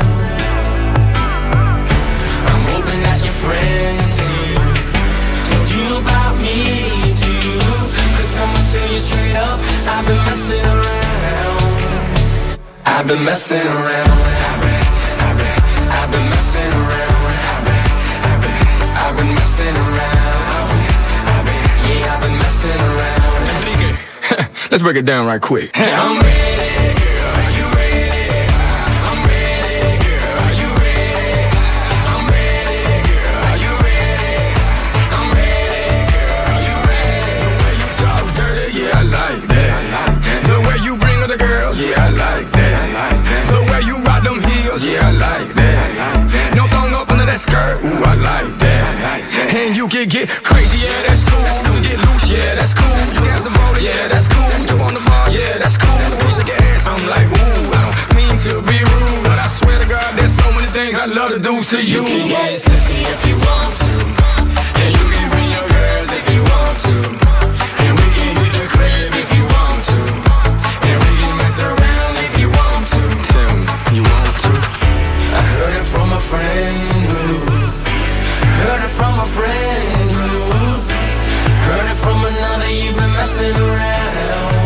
[SPEAKER 10] I'm hoping that's your friend too, told you about me too, cause I'ma tell you straight up, I've been messing around. I've been messing around. I've been, I've been, I've been messing around. I've been, I've been, I've been messing around. I've been, I've been, yeah, I've been messing around. Enrique, let's break it down right quick. I'm ready, girl, are you ready? I'm ready, girl, are you ready? I'm ready, girl, are you ready? I'm ready, girl, are you ready? The way you talk dirty, yeah, I like that. The way you bring other girls, yeah, I like that. The way you rock them heels, yeah, I like that. No thong up under that skirt, ooh, I like that. And you can get crazy, yeah, that's cool. You can get loose, yeah, that's cool. You got some motor, yeah, that's cool. You on the bar, yeah, that's cool. You shake your ass, I'm like, ooh, I don't mean to be rude, but I swear to God, there's so many things I love to do to you. You can get sexy if you want to, and you can bring your girls if you want to, and we can hit the crib if you want to, and we can mess around if you want to. Tell me, you want to? I heard it from a friend who, heard it from a friend who, heard it from another, you've been messing around.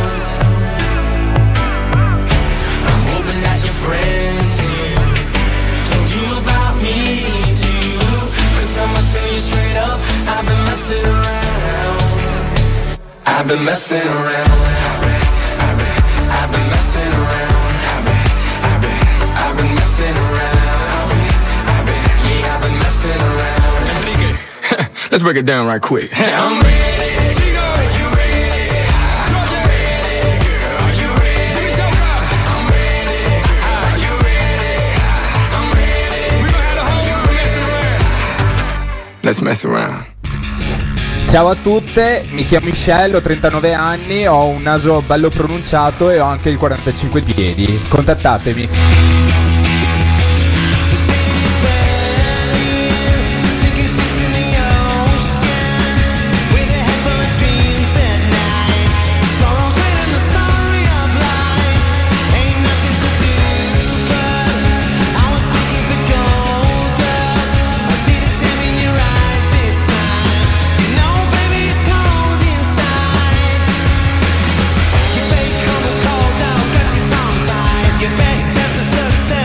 [SPEAKER 10] I'm hoping that's your friend too, told you about me too, cause I'ma tell you straight up, I've been messing around. I've been messing around. I've been, I've been, I've been messing around. I've been, I've been, I've been messing around. I've been, I've been, yeah, I've been messing around. Enrique, let's break it down right quick. I'm ready. Let's mess around.
[SPEAKER 5] Ciao a tutte, mi chiamo Michelle, ho trentanove anni, ho un naso bello pronunciato e ho anche il quarantacinque piedi. Contattatemi.
[SPEAKER 6] Your best chance of success.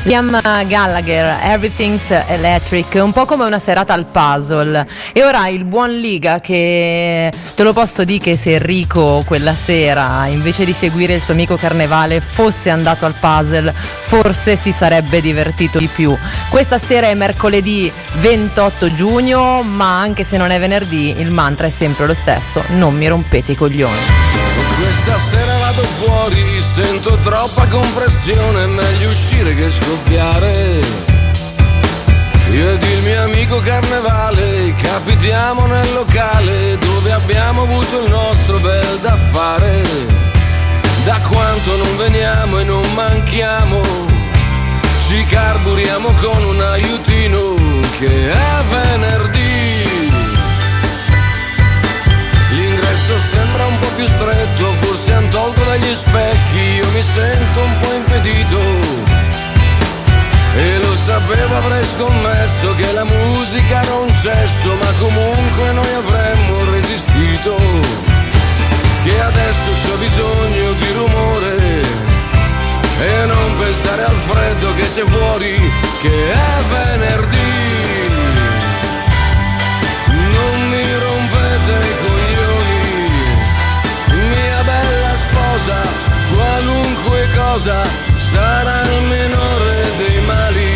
[SPEAKER 3] Liam Gallagher, Everything's Electric, un po' come una serata al puzzle. E ora il buon Liga, che te lo posso dire che se Enrico quella sera, invece di seguire il suo amico Carnevale, fosse andato al puzzle, forse si sarebbe divertito di più. Questa sera è mercoledì ventotto giugno, ma anche se non è venerdì, il mantra è sempre lo stesso: non mi rompete i coglioni.
[SPEAKER 11] Questa sera vado fuori, sento troppa compressione, è meglio uscire che scoppiare. Io ed il mio amico Carnevale capitiamo nel locale dove abbiamo avuto il nostro bel da fare. Da quanto non veniamo e non manchiamo, ci carburiamo con un aiutino che è venerdì. L'ingresso sembra un po' più stretto, forse han tolto dagli specchi, io mi sento un po' impedito. E lo sapevo, avrei scommesso che la musica era un cesso, ma comunque noi avremmo resistito. Che adesso c'ho bisogno di rumore e non pensare al freddo che c'è fuori, che è venerdì. Non mi rompete i coglioni, mia bella sposa, qualunque cosa sarà il minore dei mali.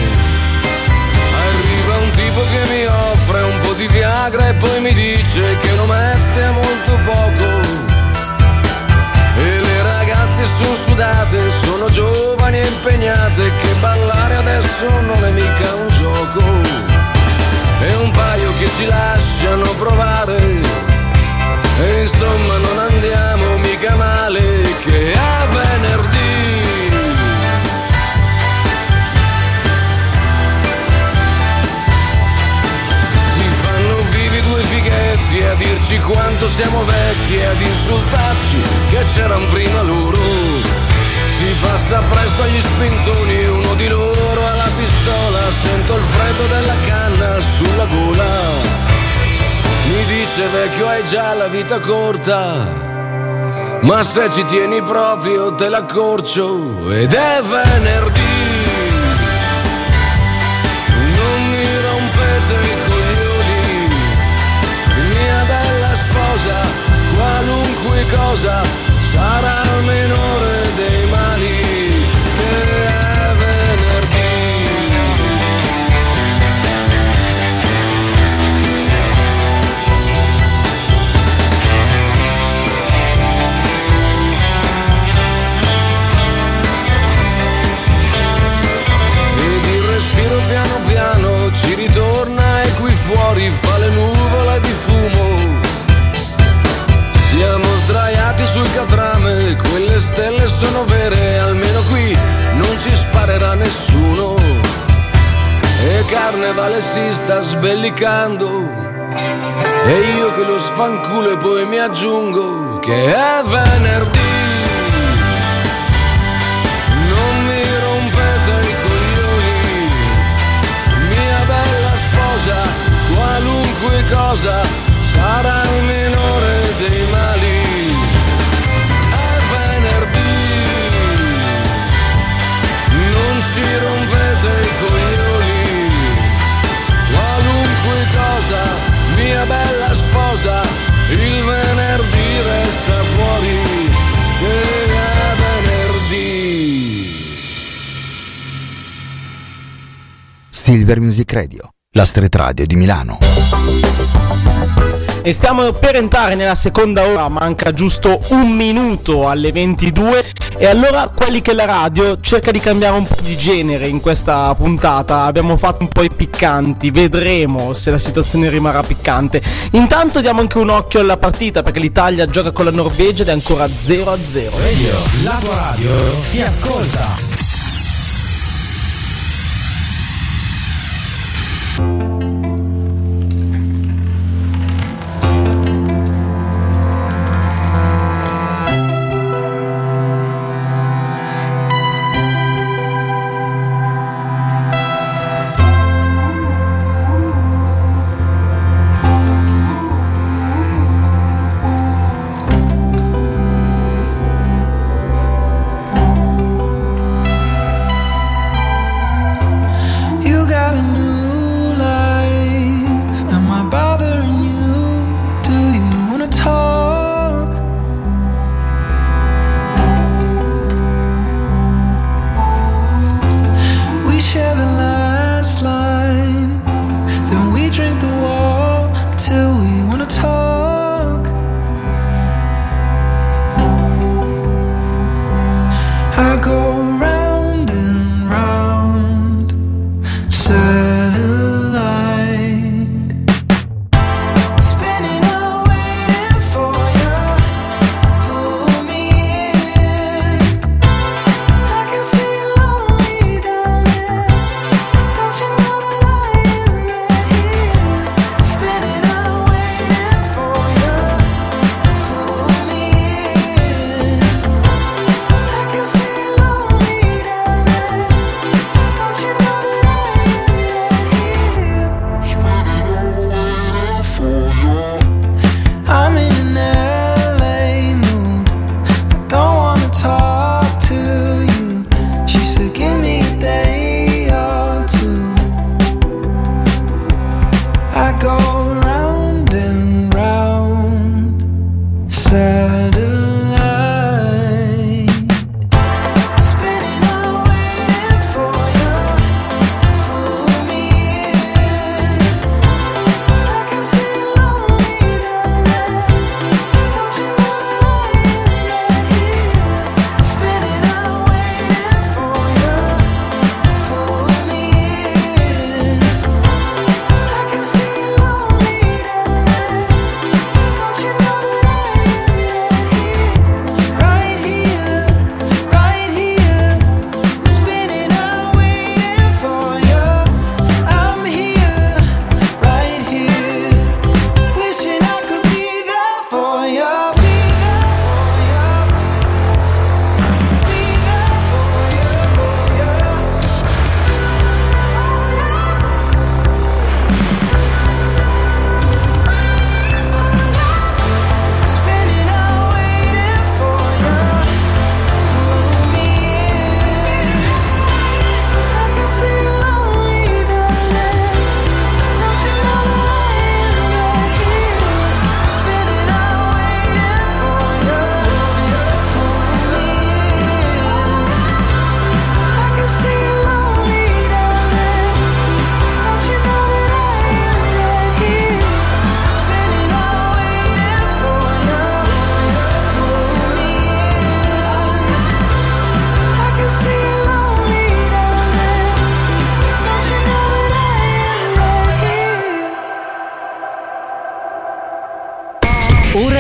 [SPEAKER 11] Arriva un tipo che mi offre un po' di Viagra e poi mi dice che lo mette a molto poco. E le ragazze sono sudate, sono giovani e impegnate, che ballare adesso non è mica un gioco. E un paio che ci lasciano provare, e insomma non andiamo mica male, che è venerdì. Si fanno vivi due fighetti a dirci quanto siamo vecchi e ad insultarci che c'erano prima loro. Si passa presto agli spintoni, uno di loro ha la pistola, sento il freddo della canna sulla gola. Mi dice: vecchio, hai già la vita corta, ma se ci tieni proprio te l'accorcio. Ed è venerdì. Non mi rompete i coglioni, mia bella sposa, qualunque cosa sarà il minore dei mali, che è venerdì. Ed il respiro piano piano ci ritorna e qui fuori fa le nuvole di fumo. Siamo sdraiati sul catrame, quelle stelle sono vere, almeno qui non ci sparerà nessuno. E Carnevale si sta sbellicando, e io che lo sfanculo e poi mi aggiungo che è venerdì. Non mi rompete i coglioni, mia bella sposa, qualunque cosa sarà il minore dei mali. È venerdì. Non ci rompete i coglioni, qualunque cosa, mia bella sposa, il venerdì resta fuori, che è venerdì.
[SPEAKER 2] Silver Music Radio, la street radio di Milano.
[SPEAKER 4] E stiamo per entrare nella seconda ora, manca giusto un minuto alle ventidue. E allora quelli che la radio cerca di cambiare un po' di genere in questa puntata. Abbiamo fatto un po' i piccanti, vedremo se la situazione rimarrà piccante. Intanto diamo anche un occhio alla partita, perché l'Italia gioca con la Norvegia ed è ancora zero a zero.
[SPEAKER 1] Radio, la tua radio ti ascolta.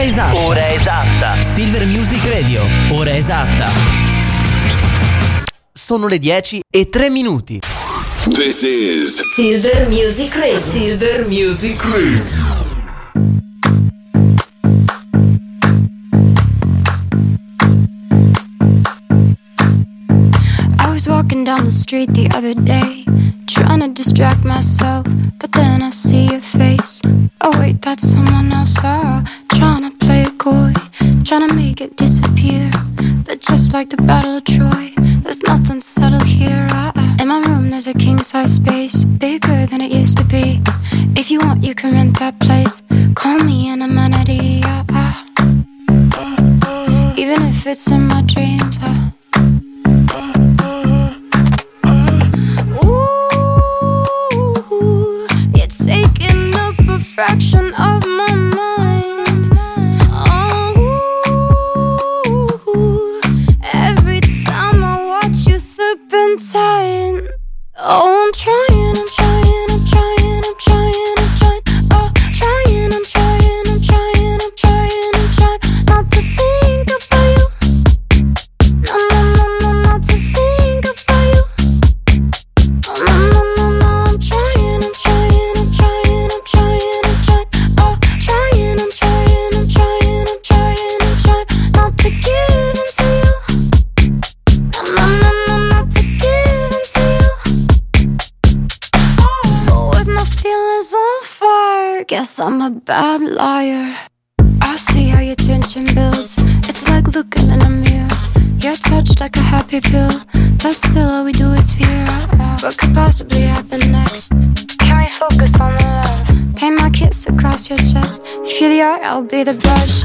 [SPEAKER 12] Ora esatta. Ora esatta. Silver Music Radio. Ora esatta. Sono le dieci e tre minuti.
[SPEAKER 13] This is
[SPEAKER 14] Silver Music Radio.
[SPEAKER 13] Silver Music Radio.
[SPEAKER 15] I was walking down the street the other day, trying to distract myself, but then I see your face. Oh wait, that's someone else. Oh, trying to play it coy, trying to make it disappear. But just like the Battle of Troy, there's nothing subtle here. I, I, in my room there's a king-size space, bigger than it used to be. If you want you can rent that place, call me an amenity. I, I, even if it's in my dreams, I, ooh, you're taking up a fraction of my mind. Oh, every time I watch you serpentine. Oh, I'm trying, I'm trying, I'm trying, I'm trying, I'm trying. Oh, trying, I'm trying, I'm trying, I'm trying, I'm trying not to think about you. No, no, no, no, not to think about you. Oh, no, no, no, no, I'm trying, I'm trying, I'm trying, I'm trying, I'm trying. Oh, trying, I'm trying, I'm trying, I'm trying, I'm trying not to give in to you. No, no, no, no, not to give in to you. Oh, with my feelings on fire, guess I'm a bad liar. I see how your tension builds. It's like looking in a mirror. You're touched like a happy pill, but still all we do is fear. What could possibly happen next? Can we focus on the love? Paint my kiss across your chest. If you're the art, I'll be the brush.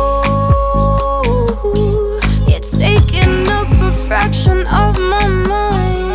[SPEAKER 15] Ooh, you're taking up a fraction of my mind.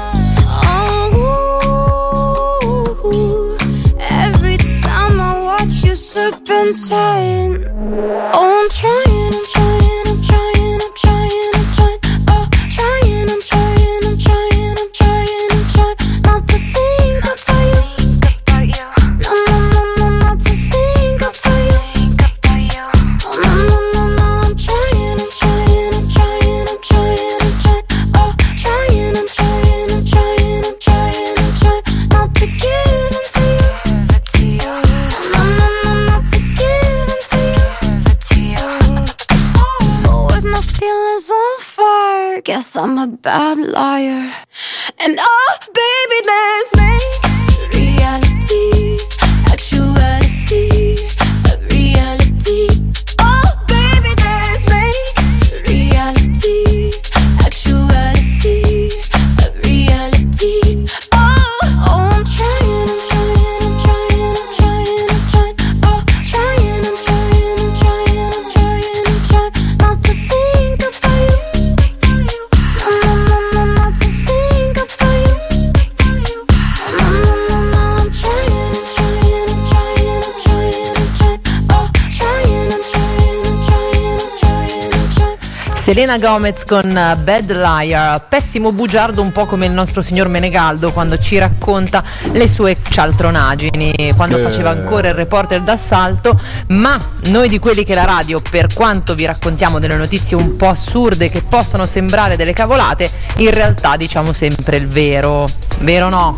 [SPEAKER 15] Oh, every time I watch you serpentine. Oh, I'm trying, I'm trying, I'm trying, I'm trying, I'm trying. Oh, trying, I'm trying, I'm trying, I'm trying, I'm trying not to think about you. No, no, no, no, not to think about you. Oh, no, no, no, no, I'm trying, I'm trying, I'm trying, I'm trying, I'm trying. Oh, trying, I'm trying, I'm trying, I'm trying, I'm trying not to give in to you. No, no, no, not to give in to you. Oh, with my feelings on fire, guess I'm a bad liar. And oh, baby, let's make reality, actuality, a reality. Oh, baby, let's make reality, actuality, a reality. Oh, oh, I'm trying, I'm trying, I'm trying, I'm trying, I'm trying. Oh, trying, I'm trying, I'm trying, I'm trying, I'm trying not to think about you. No, no, no, no, not to think about you. No, no, no, no, I'm trying, I'm trying, I'm trying, I'm trying, I'm trying. Oh, trying, I'm trying, I'm trying, I'm trying, I'm trying.
[SPEAKER 3] Selena Gomez con Bad Liar, pessimo bugiardo, un po' come il nostro signor Menegaldo quando ci racconta le sue cialtronaggini, quando
[SPEAKER 5] Eh.
[SPEAKER 3] faceva ancora il reporter d'assalto. Ma noi di quelli che la radio, per quanto vi raccontiamo delle notizie un po' assurde che possono sembrare delle cavolate, in realtà diciamo sempre il vero, vero o no?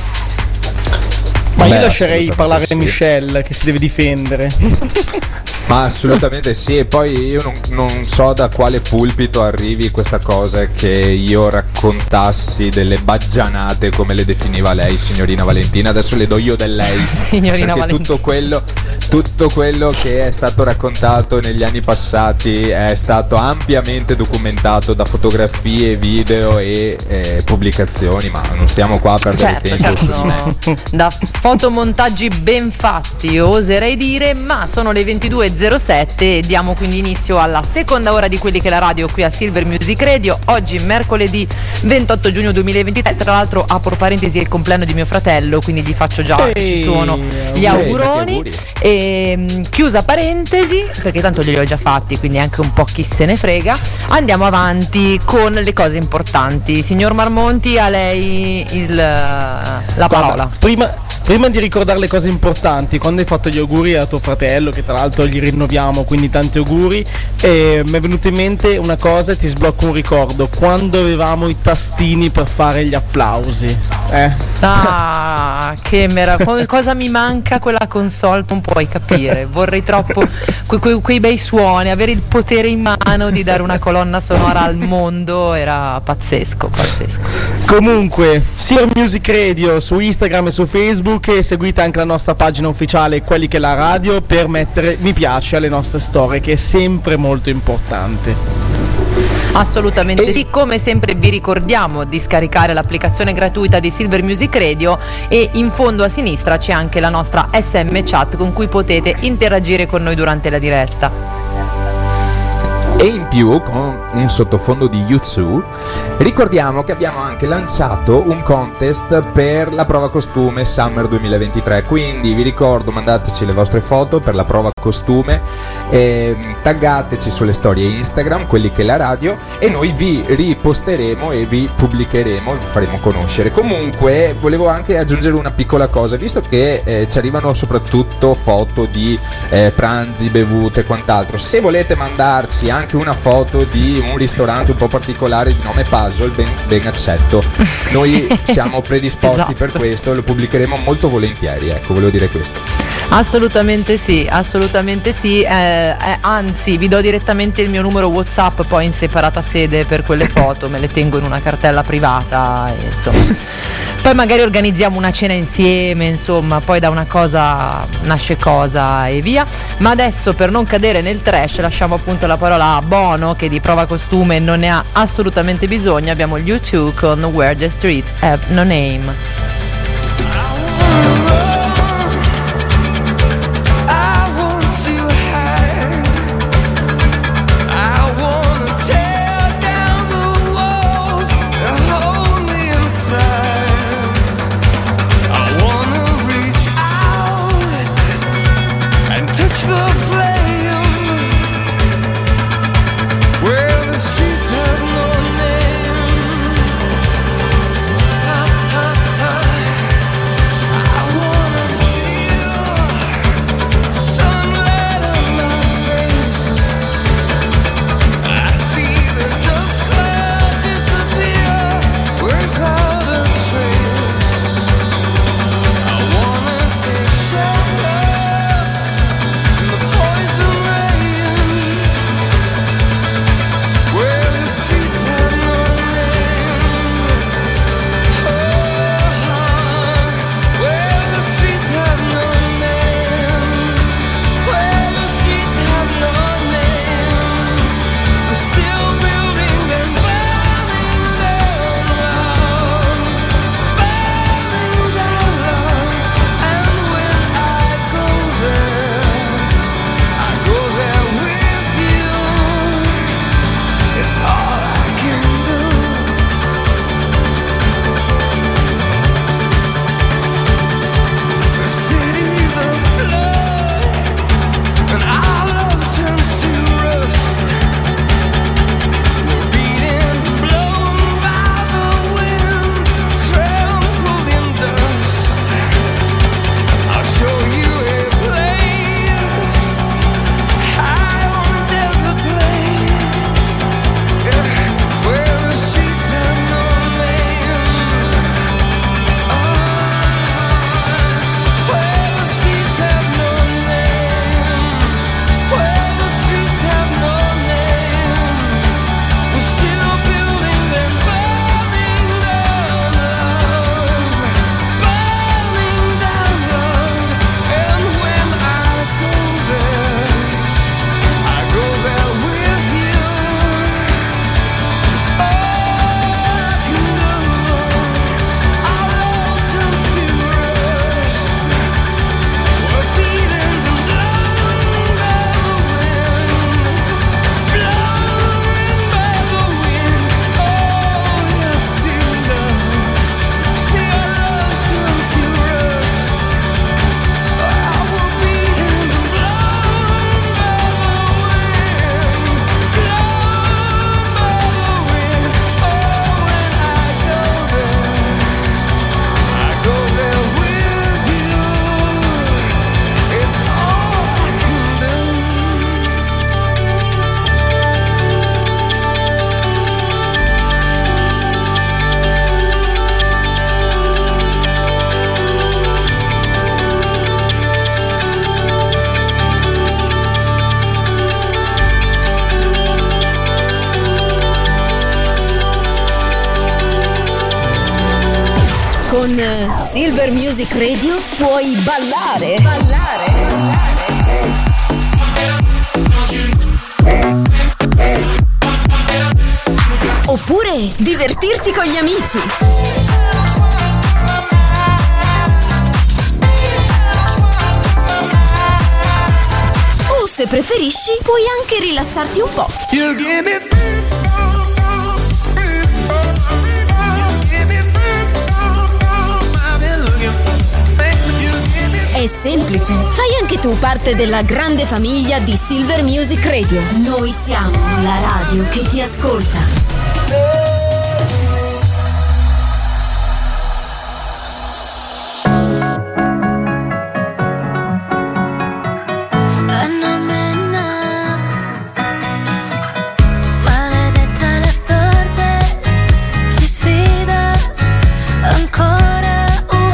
[SPEAKER 4] Ma io
[SPEAKER 5] Beh,
[SPEAKER 4] lascerei
[SPEAKER 5] assolutamente
[SPEAKER 4] parlare
[SPEAKER 5] sì.
[SPEAKER 4] Michelle che si deve difendere.
[SPEAKER 5] Ma assolutamente sì, e poi io non, non so da quale pulpito arrivi questa cosa che io raccontassi delle baggianate come le definiva lei, signorina Valentina. Adesso le do io del lei,
[SPEAKER 3] Signorina
[SPEAKER 5] perché
[SPEAKER 3] Valentina.
[SPEAKER 5] tutto quello, tutto quello che è stato raccontato negli anni passati è stato ampiamente documentato da fotografie, video e eh, pubblicazioni, ma non stiamo qua a perdere
[SPEAKER 3] Certo,
[SPEAKER 5] tempo su di me.
[SPEAKER 3] certo, da fotomontaggi ben fatti, oserei dire, ma sono le ventidue e zero sette e diamo quindi inizio alla seconda ora di quelli che la radio qui a Silver Music Radio. Oggi mercoledì ventotto giugno duemilaventitré, tra l'altro apro parentesi è il compleanno di mio fratello, quindi gli faccio già,
[SPEAKER 4] Ehi,
[SPEAKER 3] ci sono gli
[SPEAKER 5] auguri.
[SPEAKER 3] auguroni.
[SPEAKER 5] Auguri.
[SPEAKER 3] E mh, chiusa parentesi, perché tanto glieli ho già fatti, quindi anche un po' chi se ne frega. Andiamo avanti con le cose importanti. Signor Marmonti, a lei il, la parola.
[SPEAKER 4] Guarda, prima, prima di ricordare le cose importanti, quando hai fatto gli auguri a tuo fratello, che tra l'altro gli rinnoviamo, quindi tanti auguri, e mi è venuta in mente una cosa e ti sblocco un ricordo: quando avevamo i tastini per fare gli applausi. Eh?
[SPEAKER 3] Ah, che meraviglia! Cosa mi manca quella console? Non puoi capire. Vorrei troppo que- que- quei bei suoni, avere il potere in mano di dare una colonna sonora al mondo. Era pazzesco, pazzesco.
[SPEAKER 4] Comunque, Silver Music Radio su Instagram e su Facebook, e seguite anche la nostra pagina ufficiale Quelli che la radio per mettere mi piace alle nostre storie, che è sempre molto importante.
[SPEAKER 3] Assolutamente sì, come sempre vi ricordiamo di scaricare l'applicazione gratuita di Silver Music Radio, e in fondo a sinistra c'è anche la nostra S M chat con cui potete interagire con noi durante la diretta.
[SPEAKER 5] E in più, con un sottofondo di YouTube, ricordiamo che abbiamo anche lanciato un contest per la prova costume Summer duemilaventitré, quindi vi ricordo, mandateci le vostre foto per la prova costume, eh, taggateci sulle storie Instagram, Quelli che la radio, e noi vi riposteremo e vi pubblicheremo, vi faremo conoscere. Comunque volevo anche aggiungere una piccola cosa, visto che eh, ci arrivano soprattutto foto di eh, pranzi, bevute e quant'altro. Se volete mandarci anche una foto di un ristorante un po' particolare di nome Puzzle, ben, ben accetto, noi siamo predisposti
[SPEAKER 3] Esatto.
[SPEAKER 5] per questo, lo pubblicheremo molto volentieri, ecco, volevo dire questo.
[SPEAKER 3] Assolutamente sì, assolutamente sì, eh, eh, anzi vi do direttamente il mio numero WhatsApp poi in separata sede per quelle foto, me le tengo in una cartella privata, e, insomma. Poi magari organizziamo una cena insieme, insomma, poi da una cosa nasce cosa e via. Ma adesso, per non cadere nel trash, lasciamo appunto la parola a Bono, che di prova costume non ne ha assolutamente bisogno. Abbiamo gli U due con Where the Streets Have No Name.
[SPEAKER 6] Where the streets have no name.
[SPEAKER 14] Silver Music Radio puoi ballare. Ballare. Oppure divertirti con gli amici. O se preferisci puoi anche rilassarti un po'. È semplice, fai anche tu parte della grande famiglia di Silver Music Radio. Noi siamo la radio che ti ascolta.
[SPEAKER 15] Maledetta la sorte, ci sfida ancora.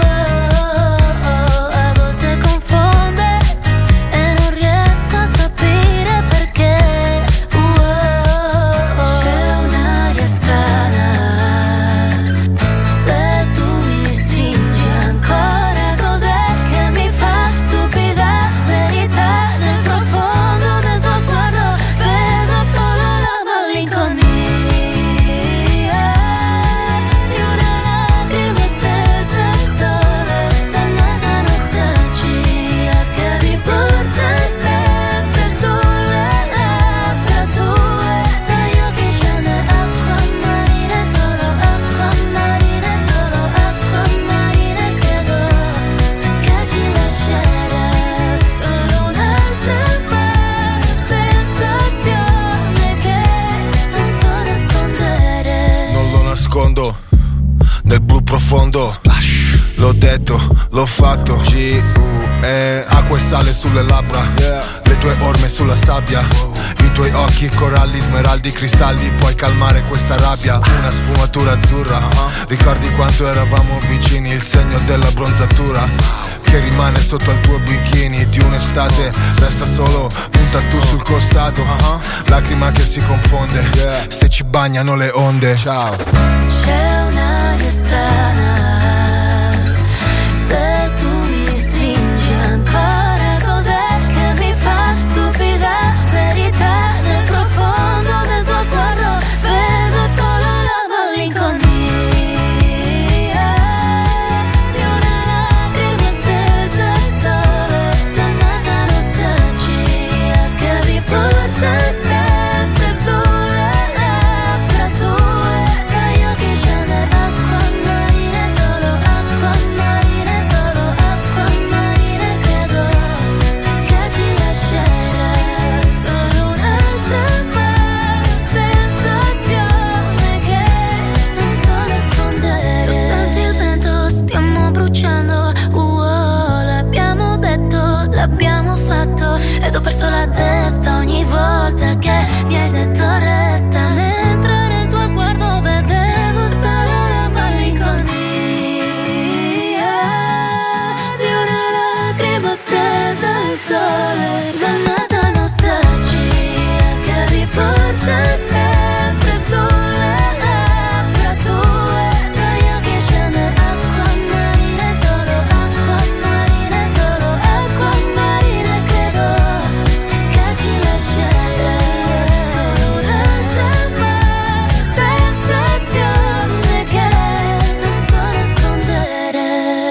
[SPEAKER 15] A volte confonde e non riesco a capire perché. C'è un'aria strana, se tu mi stringi ancora. Cos'è che mi fa stupida verità? Nel profondo del tuo sguardo vedo solo la malinconia di una lacrima stesa al sole. Dannata nostalgia che mi porta sempre sulle labbra tue. Dagli occhi scende acqua marina, solo acqua marina, solo acqua marina. Credo che ci lascerà solo un'altra sensazione che non so nascondere.
[SPEAKER 16] Non lo nascondo, nel blu profondo. L'ho detto, l'ho fatto. G U E acqua e sale sulle labbra, le tue orme sulla sabbia, i tuoi occhi coralli, smeraldi, cristalli. Puoi calmare questa rabbia, una sfumatura azzurra. Ricordi quanto eravamo vicini, il segno della bronzatura che rimane sotto al tuo bikini di un'estate. Resta solo un tattoo sul costato, lacrima che si confonde se ci bagnano le onde. Ciao.
[SPEAKER 15] C'è un'aria strana, se tu mi stringi ancora. Cos'è che mi fa stupida verità? Nel profondo del tuo sguardo vedo solo la malinconia di una lacrima stesa al sole. Dannata nostalgia che mi porta sempre sulle labbra tue. Dagli occhi scende acqua marina, solo acqua marina, solo acqua marina. Credo che ci lascerà solo un'altra sensazione che non so nascondere. Lo senti il vento, stiamo bruciando. Uh-oh, l'abbiamo detto, l'abbiamo fatto. Ed ho perso la testa ogni volta che mi hai detto resta. Mentre nel tuo sguardo vedevo solo la malinconia di una lacrima stesa al sole. Dannata nostalgia che mi porta sempre sulle labbra tue. Dagli occhi scende acqua marina, solo acqua marina, solo acqua marina. Credo che ci lascerà solo un'altra sensazione che non so nascondere.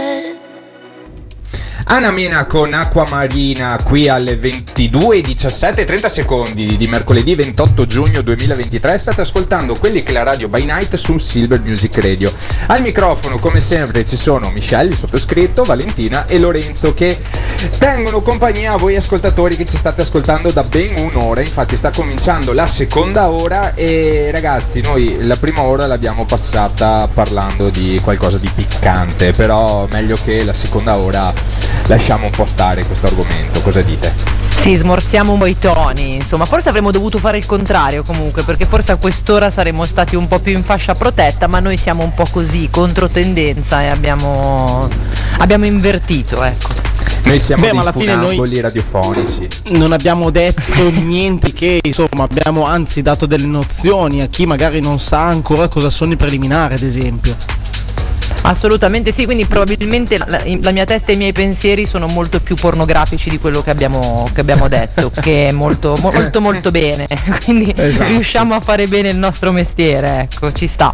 [SPEAKER 5] Anna Mena con Acqua Marina qui alle ventidue e diciassette e trenta secondi di mercoledì ventotto giugno duemilaventitré. State ascoltando Quelli che la radio by night su Silver Music Radio. Al microfono come sempre ci sono Michelle, il sottoscritto, Valentina e Lorenzo che tengono compagnia a voi ascoltatori che ci state ascoltando da ben un'ora. Infatti sta cominciando la seconda ora e ragazzi noi la prima ora l'abbiamo passata parlando di qualcosa di piccante, però meglio che la seconda ora lasciamo un po' stare questo argomento. Cosa dite?
[SPEAKER 3] Sì, smorziamo un po' i toni, insomma, forse avremmo dovuto fare il contrario comunque, perché forse a quest'ora saremmo stati un po' più in fascia protetta, ma noi siamo un po' così, controtendenza e abbiamo, abbiamo invertito, ecco.
[SPEAKER 5] Noi siamo
[SPEAKER 4] Beh,
[SPEAKER 5] dei
[SPEAKER 4] ma alla fine
[SPEAKER 5] funamboli
[SPEAKER 4] noi
[SPEAKER 5] radiofonici.
[SPEAKER 4] non abbiamo detto niente che, insomma, abbiamo anzi dato delle nozioni a chi magari non sa ancora cosa sono i preliminari, ad esempio.
[SPEAKER 3] Assolutamente sì, quindi probabilmente la, la mia testa e i miei pensieri sono molto più pornografici di quello che abbiamo, che abbiamo detto, che è molto molto molto bene, quindi
[SPEAKER 4] Esatto.
[SPEAKER 3] riusciamo a fare bene il nostro mestiere, ecco, ci sta.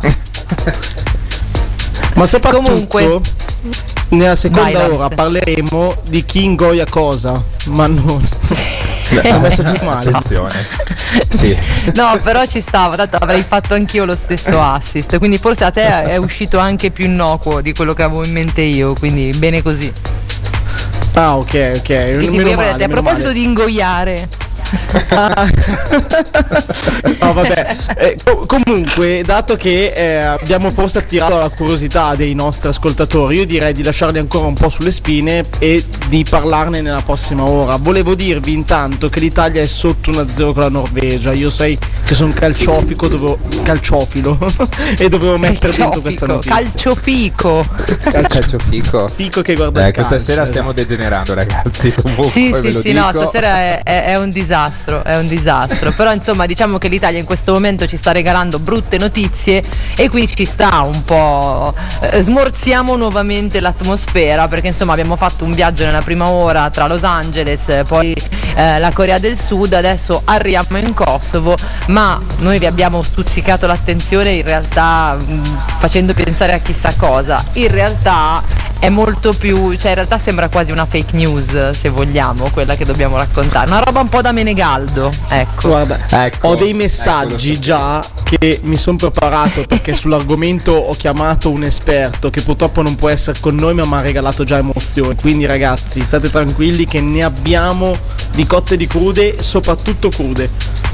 [SPEAKER 4] Ma soprattutto
[SPEAKER 3] Comunque,
[SPEAKER 4] nella seconda
[SPEAKER 3] vai,
[SPEAKER 4] ora
[SPEAKER 3] Dante.
[SPEAKER 4] parleremo di chi ingoia cosa, ma non ho messo giù male.
[SPEAKER 5] Attenzione. Sì.
[SPEAKER 3] No, però ci stava, tanto avrei fatto anch'io lo stesso assist, quindi forse a te è uscito anche più innocuo di quello che avevo in mente io, quindi bene così.
[SPEAKER 4] Ah, ok, ok.
[SPEAKER 3] Quindi
[SPEAKER 4] Meno
[SPEAKER 3] voi
[SPEAKER 4] male,
[SPEAKER 3] avrete, a
[SPEAKER 4] meno
[SPEAKER 3] proposito
[SPEAKER 4] male.
[SPEAKER 3] di ingoiare,
[SPEAKER 4] No, vabbè. Eh, co- comunque, dato che eh, abbiamo forse attirato la curiosità dei nostri ascoltatori, io direi di lasciarli ancora un po' sulle spine e di parlarne nella prossima ora. Volevo dirvi intanto che l'Italia è sotto uno a zero con la Norvegia. Io sai che sono calciofico, dovevo, calciofilo e dovevo mettere dentro questa notizia.
[SPEAKER 3] calciofico.
[SPEAKER 5] Calciofico.
[SPEAKER 4] Fico che guarda
[SPEAKER 5] Eh,
[SPEAKER 4] il
[SPEAKER 5] questa
[SPEAKER 4] calcio,
[SPEAKER 5] sera
[SPEAKER 4] esatto.
[SPEAKER 5] stiamo degenerando, ragazzi. Comunque
[SPEAKER 3] Sì,
[SPEAKER 5] ve
[SPEAKER 3] sì,
[SPEAKER 5] lo
[SPEAKER 3] sì, no,
[SPEAKER 5] dico.
[SPEAKER 3] stasera è, è- è un disastro, è un disastro. Però insomma diciamo che l'Italia in questo momento ci sta regalando brutte notizie e qui ci sta un po', eh, smorziamo nuovamente l'atmosfera, perché insomma abbiamo fatto un viaggio nella prima ora tra Los Angeles, eh, poi eh, la Corea del Sud, adesso arriviamo in Kosovo, ma noi vi abbiamo stuzzicato l'attenzione in realtà mh, facendo pensare a chissà cosa. In realtà è molto più, cioè in realtà sembra quasi una fake news, se vogliamo, quella che dobbiamo raccontare, una roba un po' da Menegaldo, ecco.
[SPEAKER 4] Guarda,
[SPEAKER 5] Ecco,
[SPEAKER 4] ho dei messaggi
[SPEAKER 5] ecco, lo so.
[SPEAKER 4] già che mi sono preparato perché sull'argomento ho chiamato un esperto che purtroppo non può essere con noi ma mi ha regalato già emozioni. Quindi ragazzi, state tranquilli che ne abbiamo di cotte e di crude, soprattutto crude.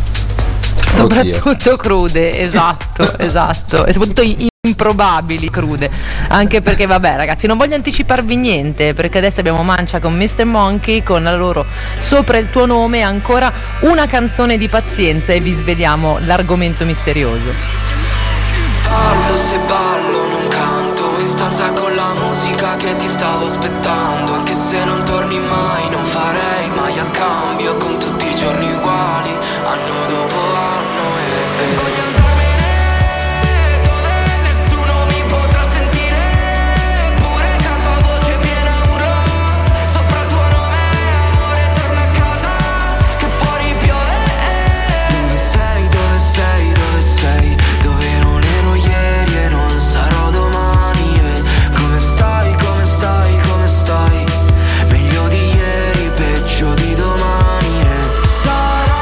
[SPEAKER 3] Soprattutto crude, esatto, esatto. E soprattutto i- improbabili crude. Anche perché vabbè ragazzi, non voglio anticiparvi niente, perché adesso abbiamo Mancia con mister Monkey, con la loro Sopra il tuo nome, ancora una canzone di pazienza e vi sveliamo l'argomento misterioso.
[SPEAKER 10] Ballo se ballo, non canto in stanza con la musica che ti stavo aspettando. Anche se non torni mai, non farei mai a cambio con tutti i giorni uguali, anno dopo anno e, e voglio andarmene dove nessuno mi potrà sentire. Pure canto a voce piena urlo sopra il tuo nome, amore, torna a casa che fuori piove. Dove sei, dove sei, dove sei? Dove non ero ieri e non sarò domani. E come stai, come stai, come stai? Meglio di ieri, peggio di domani. E sarà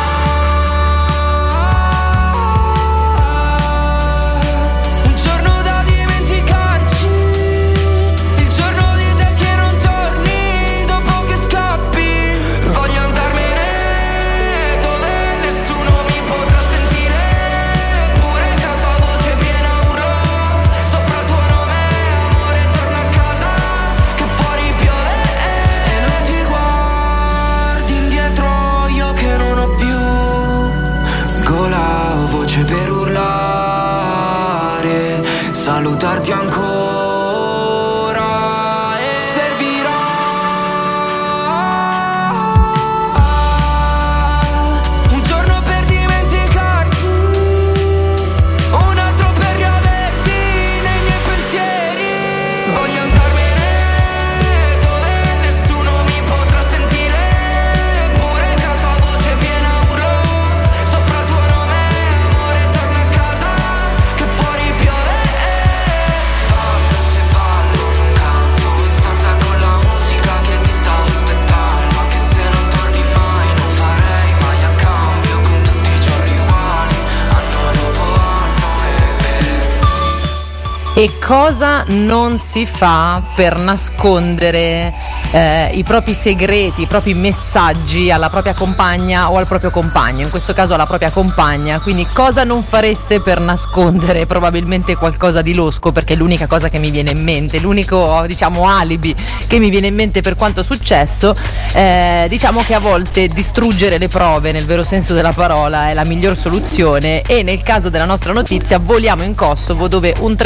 [SPEAKER 10] un giorno da dimenticarci, il giorno di te che non torni dopo che scappi. Voglio andarmene dove nessuno mi potrà sentire. Pure canto a voce piena urlo sopra il tuo nome, amore, torna a casa che fuori piove. E non ti guardi indietro, io che non ho più gola o voce per urlare, salutarti ancora e servirà un giorno per dimenticarti, un altro per riaverti nei miei pensieri. Voglio andarmene dove nessuno mi potrà sentire. Pure canto a voce piena urlo sopra il tuo nome, amore, torna a casa che fuori piove. Ballo se ballo, non canto in stanza con la musica che ti stavo aspettando. Anche se non torni mai, non farei mai a cambio con tutti i giorni uguali, anno dopo anno. E, e.
[SPEAKER 3] E cosa non si fa per nascondere eh, i propri segreti, i propri messaggi alla propria compagna o al proprio compagno, in questo caso alla propria compagna. Quindi cosa non fareste per nascondere probabilmente qualcosa di losco, perché è l'unica cosa che mi viene in mente, l'unico diciamo alibi che mi viene in mente per quanto è successo. Eh, diciamo che a volte distruggere le prove nel vero senso della parola è la miglior soluzione, e nel caso della nostra notizia voliamo in Kosovo, dove un trentatreenne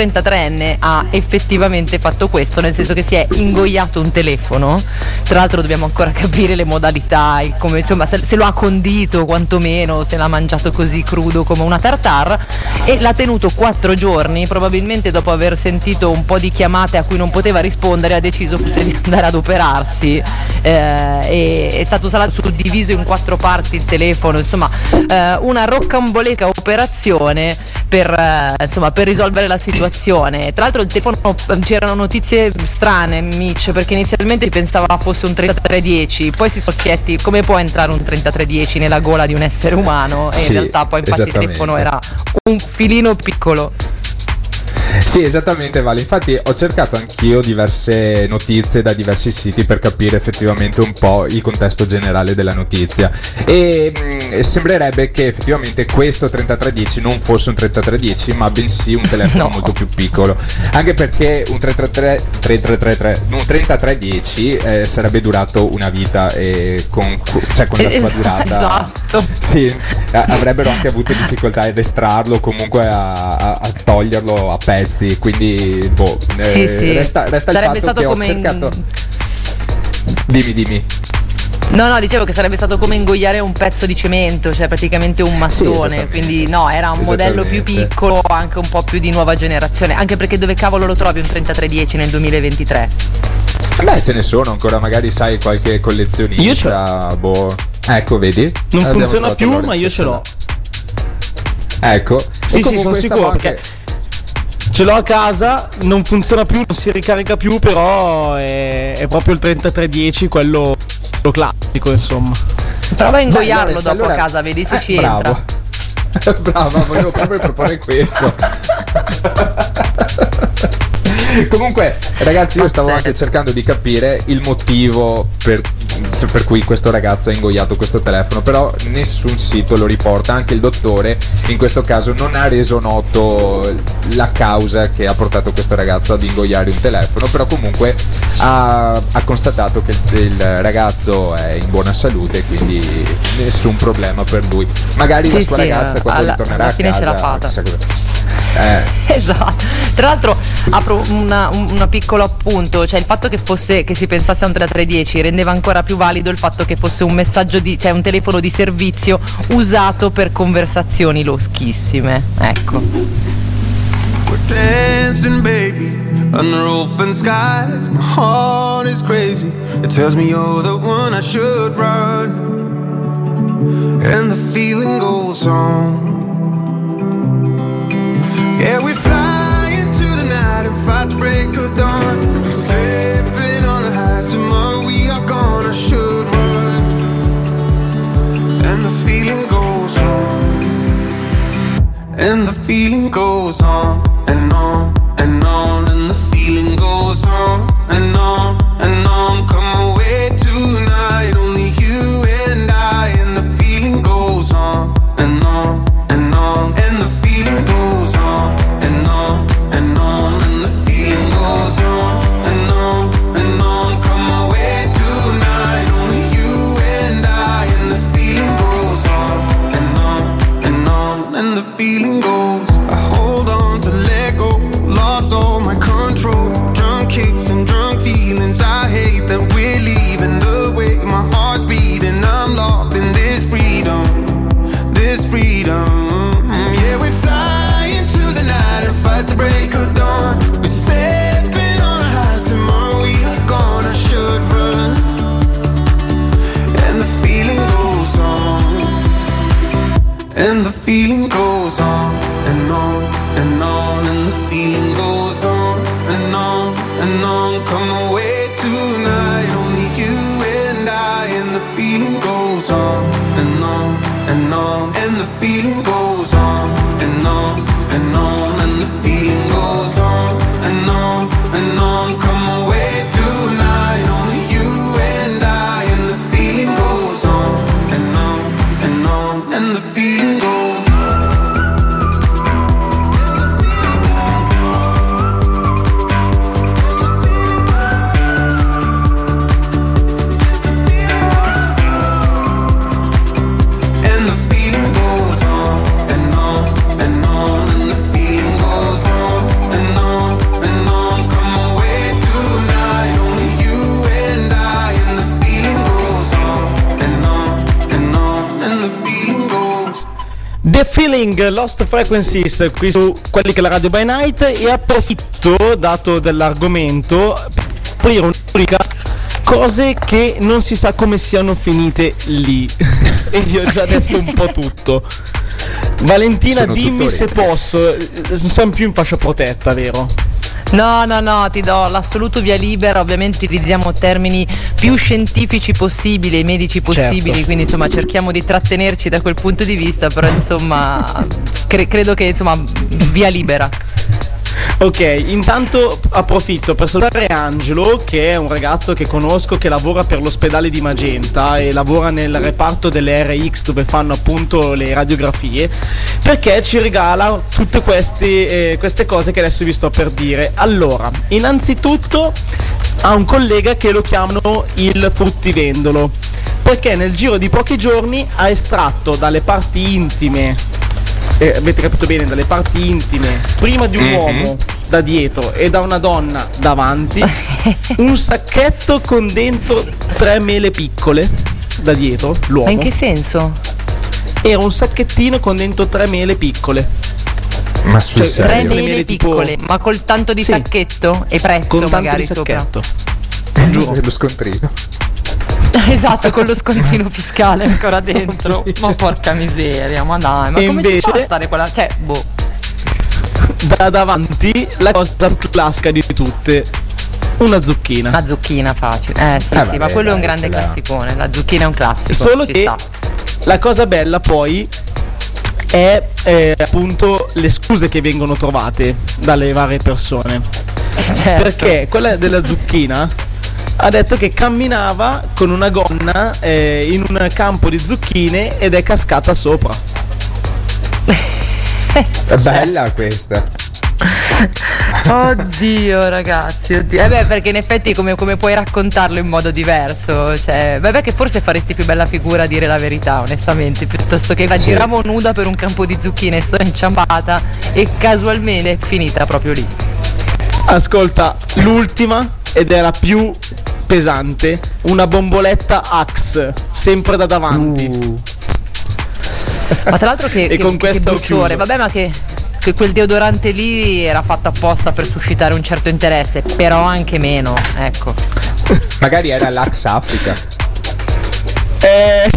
[SPEAKER 3] trentottenne ha effettivamente fatto questo, nel senso che si è ingoiato un telefono. Tra l'altro dobbiamo ancora capire le modalità, il come, insomma, se, se lo ha condito quantomeno, se l'ha mangiato così crudo come una tartare, e l'ha tenuto quattro giorni. Probabilmente dopo aver sentito un po' di chiamate a cui non poteva rispondere ha deciso forse di andare ad operarsi, eh, e è stato suddiviso in quattro parti il telefono, insomma eh, una roccambolesca operazione per, eh, insomma, per risolvere la situazione. Tra l'altro il telefono, c'erano notizie strane, Mitch, perché inizialmente si pensava fosse un trentatré dieci, poi si sono chiesti come può entrare un trentatré dieci nella gola di un essere umano, e
[SPEAKER 5] sì,
[SPEAKER 3] in realtà poi infatti il telefono era un filino piccolo.
[SPEAKER 5] Sì, esattamente, Vale. Infatti ho cercato anch'io diverse notizie da diversi siti per capire effettivamente un po' il contesto generale della notizia, e mh, sembrerebbe che effettivamente questo trentatré dieci non fosse un trentatré dieci, ma bensì un telefono no. molto più piccolo, anche perché un trentatré dieci eh, sarebbe durato una vita, e con, cioè con la sua durata
[SPEAKER 3] esatto.
[SPEAKER 5] sì, avrebbero anche avuto difficoltà ad estrarlo, comunque a, a, a toglierlo a pezzi, quindi boh, eh,
[SPEAKER 3] sì, sì.
[SPEAKER 5] resta, resta il
[SPEAKER 3] Sarebbe
[SPEAKER 5] fatto
[SPEAKER 3] stato
[SPEAKER 5] che
[SPEAKER 3] come
[SPEAKER 5] ho cercato
[SPEAKER 3] in...
[SPEAKER 5] dimmi dimmi
[SPEAKER 3] No, no, dicevo che sarebbe stato come ingoiare un pezzo di cemento, cioè praticamente un mattone,
[SPEAKER 5] sì,
[SPEAKER 3] quindi no, era un modello più piccolo, anche un po' più di nuova generazione, anche perché dove cavolo lo trovi un trentatré dieci nel duemilaventitré?
[SPEAKER 5] Beh, ce ne sono ancora, magari sai qualche collezionista.
[SPEAKER 4] Io ce l'ho.
[SPEAKER 5] Boh. Ecco, vedi?
[SPEAKER 4] Non
[SPEAKER 5] Abbiamo
[SPEAKER 4] funziona più,
[SPEAKER 5] trovato
[SPEAKER 4] ma io ce l'ho.
[SPEAKER 5] Ecco.
[SPEAKER 4] Sì,
[SPEAKER 5] E
[SPEAKER 4] sì, sono
[SPEAKER 5] comunque
[SPEAKER 4] sicuro
[SPEAKER 5] stavo
[SPEAKER 4] perché ce l'ho a casa, non funziona più, non si ricarica più, però è, è proprio il trentatré dieci, quello, quello classico, insomma.
[SPEAKER 3] Prova a ingoiarlo
[SPEAKER 5] Lorenzo,
[SPEAKER 3] dopo
[SPEAKER 5] allora-
[SPEAKER 3] a casa, vedi se
[SPEAKER 5] Eh,
[SPEAKER 3] ci
[SPEAKER 5] bravo.
[SPEAKER 3] entra.
[SPEAKER 5] Brava, volevo proprio proporre questo. Comunque, ragazzi, io stavo anche cercando di capire il motivo per, cioè, per cui questo ragazzo ha ingoiato questo telefono, però nessun sito lo riporta. Anche il dottore in questo caso non ha reso noto la causa che ha portato questo ragazzo ad ingoiare un telefono, però comunque ha, ha constatato che il, il ragazzo è in buona salute, quindi nessun problema per lui. Magari
[SPEAKER 3] Sì,
[SPEAKER 5] la sua
[SPEAKER 3] sì,
[SPEAKER 5] ragazza quando
[SPEAKER 3] alla-
[SPEAKER 5] ritornerà
[SPEAKER 3] alla
[SPEAKER 5] a
[SPEAKER 3] fine
[SPEAKER 5] casa
[SPEAKER 3] ce l'ha fatta.
[SPEAKER 5] chissà cosa- Eh.
[SPEAKER 3] Esatto. Tra l'altro apro una, un una piccolo appunto, cioè il fatto che fosse che si pensasse a un trentatré dieci rendeva ancora più valido il fatto che fosse un messaggio di, cioè un telefono di servizio usato per conversazioni loschissime. Ecco.
[SPEAKER 10] We're dancing, baby, under open skies. My heart is crazy. It tells me you're the one I should run. And the feeling goes on. Yeah, we fly into the night and fight the break of dawn. We're slipping on the highs. Tomorrow we are gonna should run. And the feeling goes on. And the feeling goes on and on and on. And the feeling goes on and on and on. Come away tonight, only you and I. And the feeling goes on and on and on. And the feeling goes on and
[SPEAKER 4] The Feeling, Lost Frequencies, qui su quelli che è la Radio by Night, e approfitto, dato dell'argomento, per aprire una rubrica cose che non si sa come siano finite lì. E vi ho già detto un po' tutto. Valentina,
[SPEAKER 5] Sono
[SPEAKER 4] dimmi se posso, non siamo più in fascia protetta, vero?
[SPEAKER 3] No, no, no, ti do l'assoluto via libera, ovviamente utilizziamo termini più scientifici possibili e medici possibili,
[SPEAKER 4] Certo.
[SPEAKER 3] quindi insomma cerchiamo di trattenerci da quel punto di vista, però insomma cre- credo che insomma via libera.
[SPEAKER 4] Ok, intanto approfitto per salutare Angelo, che è un ragazzo che conosco che lavora per l'ospedale di Magenta e lavora nel reparto delle R X dove fanno appunto le radiografie, perché ci regala tutte queste, eh, queste cose che adesso vi sto per dire. Allora, innanzitutto ha un collega che lo chiamano il fruttivendolo, perché nel giro di pochi giorni ha estratto dalle parti intime, Eh, avete capito bene, dalle parti intime, prima di un
[SPEAKER 5] Mhm.
[SPEAKER 4] uomo da dietro e da una donna davanti, un sacchetto con dentro tre mele piccole da dietro, l'uomo.
[SPEAKER 3] Ma in che senso?
[SPEAKER 4] Era un sacchettino con dentro tre mele piccole.
[SPEAKER 5] Ma sul
[SPEAKER 4] Cioè,
[SPEAKER 5] serio?
[SPEAKER 3] Tre
[SPEAKER 4] le
[SPEAKER 3] mele
[SPEAKER 4] mele tipo-
[SPEAKER 3] piccole, ma col tanto di
[SPEAKER 4] Sì.
[SPEAKER 3] sacchetto e prezzo
[SPEAKER 4] Con tanto
[SPEAKER 3] magari
[SPEAKER 4] di
[SPEAKER 3] sopra.
[SPEAKER 4] sacchetto. Giuro.
[SPEAKER 5] Lo scontrino.
[SPEAKER 3] Esatto, con lo scontrino fiscale ancora dentro. Ma porca miseria, ma dai, ma
[SPEAKER 4] E
[SPEAKER 3] come ci
[SPEAKER 4] invece-
[SPEAKER 3] fa a stare quella? Cioè, boh.
[SPEAKER 4] Da davanti la cosa più classica di tutte, una zucchina.
[SPEAKER 3] La zucchina facile. Eh sì,
[SPEAKER 5] Eh,
[SPEAKER 3] sì,
[SPEAKER 5] vabbè,
[SPEAKER 3] ma quello è un
[SPEAKER 5] dai,
[SPEAKER 3] grande
[SPEAKER 5] quella-
[SPEAKER 3] classicone. La zucchina è un classico.
[SPEAKER 4] Solo
[SPEAKER 3] ci
[SPEAKER 4] che
[SPEAKER 3] sta.
[SPEAKER 4] la cosa bella poi è eh, appunto le scuse che vengono trovate dalle varie persone.
[SPEAKER 3] Certo.
[SPEAKER 4] Perché quella della zucchina ha detto che camminava con una gonna eh, in un campo di zucchine ed è cascata sopra.
[SPEAKER 5] È bella questa.
[SPEAKER 3] Oddio ragazzi, oddio. Eh beh, perché in effetti come, come puoi raccontarlo in modo diverso? Cioè, vabbè che forse faresti più bella figura a dire la verità, onestamente, piuttosto che la
[SPEAKER 5] Sì.
[SPEAKER 3] giravo nuda per un campo di zucchine, sto inciampata e casualmente è finita proprio lì.
[SPEAKER 4] Ascolta, l'ultima ed è la più pesante, una bomboletta Axe, sempre da davanti.
[SPEAKER 5] Uh.
[SPEAKER 3] Ma tra l'altro che,
[SPEAKER 4] E
[SPEAKER 3] che,
[SPEAKER 4] con
[SPEAKER 3] che
[SPEAKER 4] questo ho
[SPEAKER 3] bruciore,
[SPEAKER 4] chiuso.
[SPEAKER 3] vabbè, ma che, che quel deodorante lì era fatto apposta per suscitare un certo interesse, però anche meno, ecco.
[SPEAKER 5] Magari era l'Ax Africa.
[SPEAKER 4] Eh,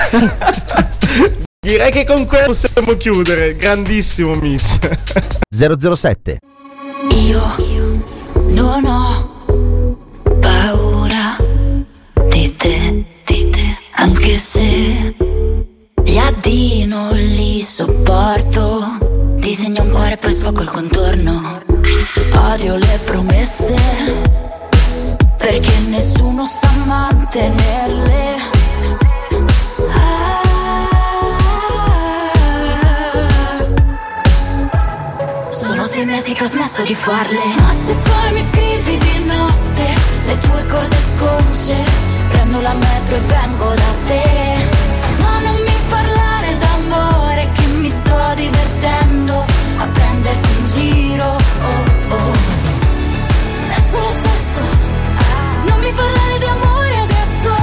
[SPEAKER 4] direi che con questo possiamo chiudere. Grandissimo Mitch.
[SPEAKER 2] zero zero sette.
[SPEAKER 8] Io non ho paura di te, di te, anche se gli addii non li sopporto. Disegno un cuore e poi sfoco il contorno. Odio le promesse perché nessuno sa mantenerle. Sono sei mesi che ho smesso di farle. Ma se poi mi scrivi di notte le tue cose sconce, prendo la metro e vengo da te. Ma non mi parlare d'amore, che mi sto divertendo a prenderti in giro. Oh oh, è solo sesso. Non mi parlare di amore adesso.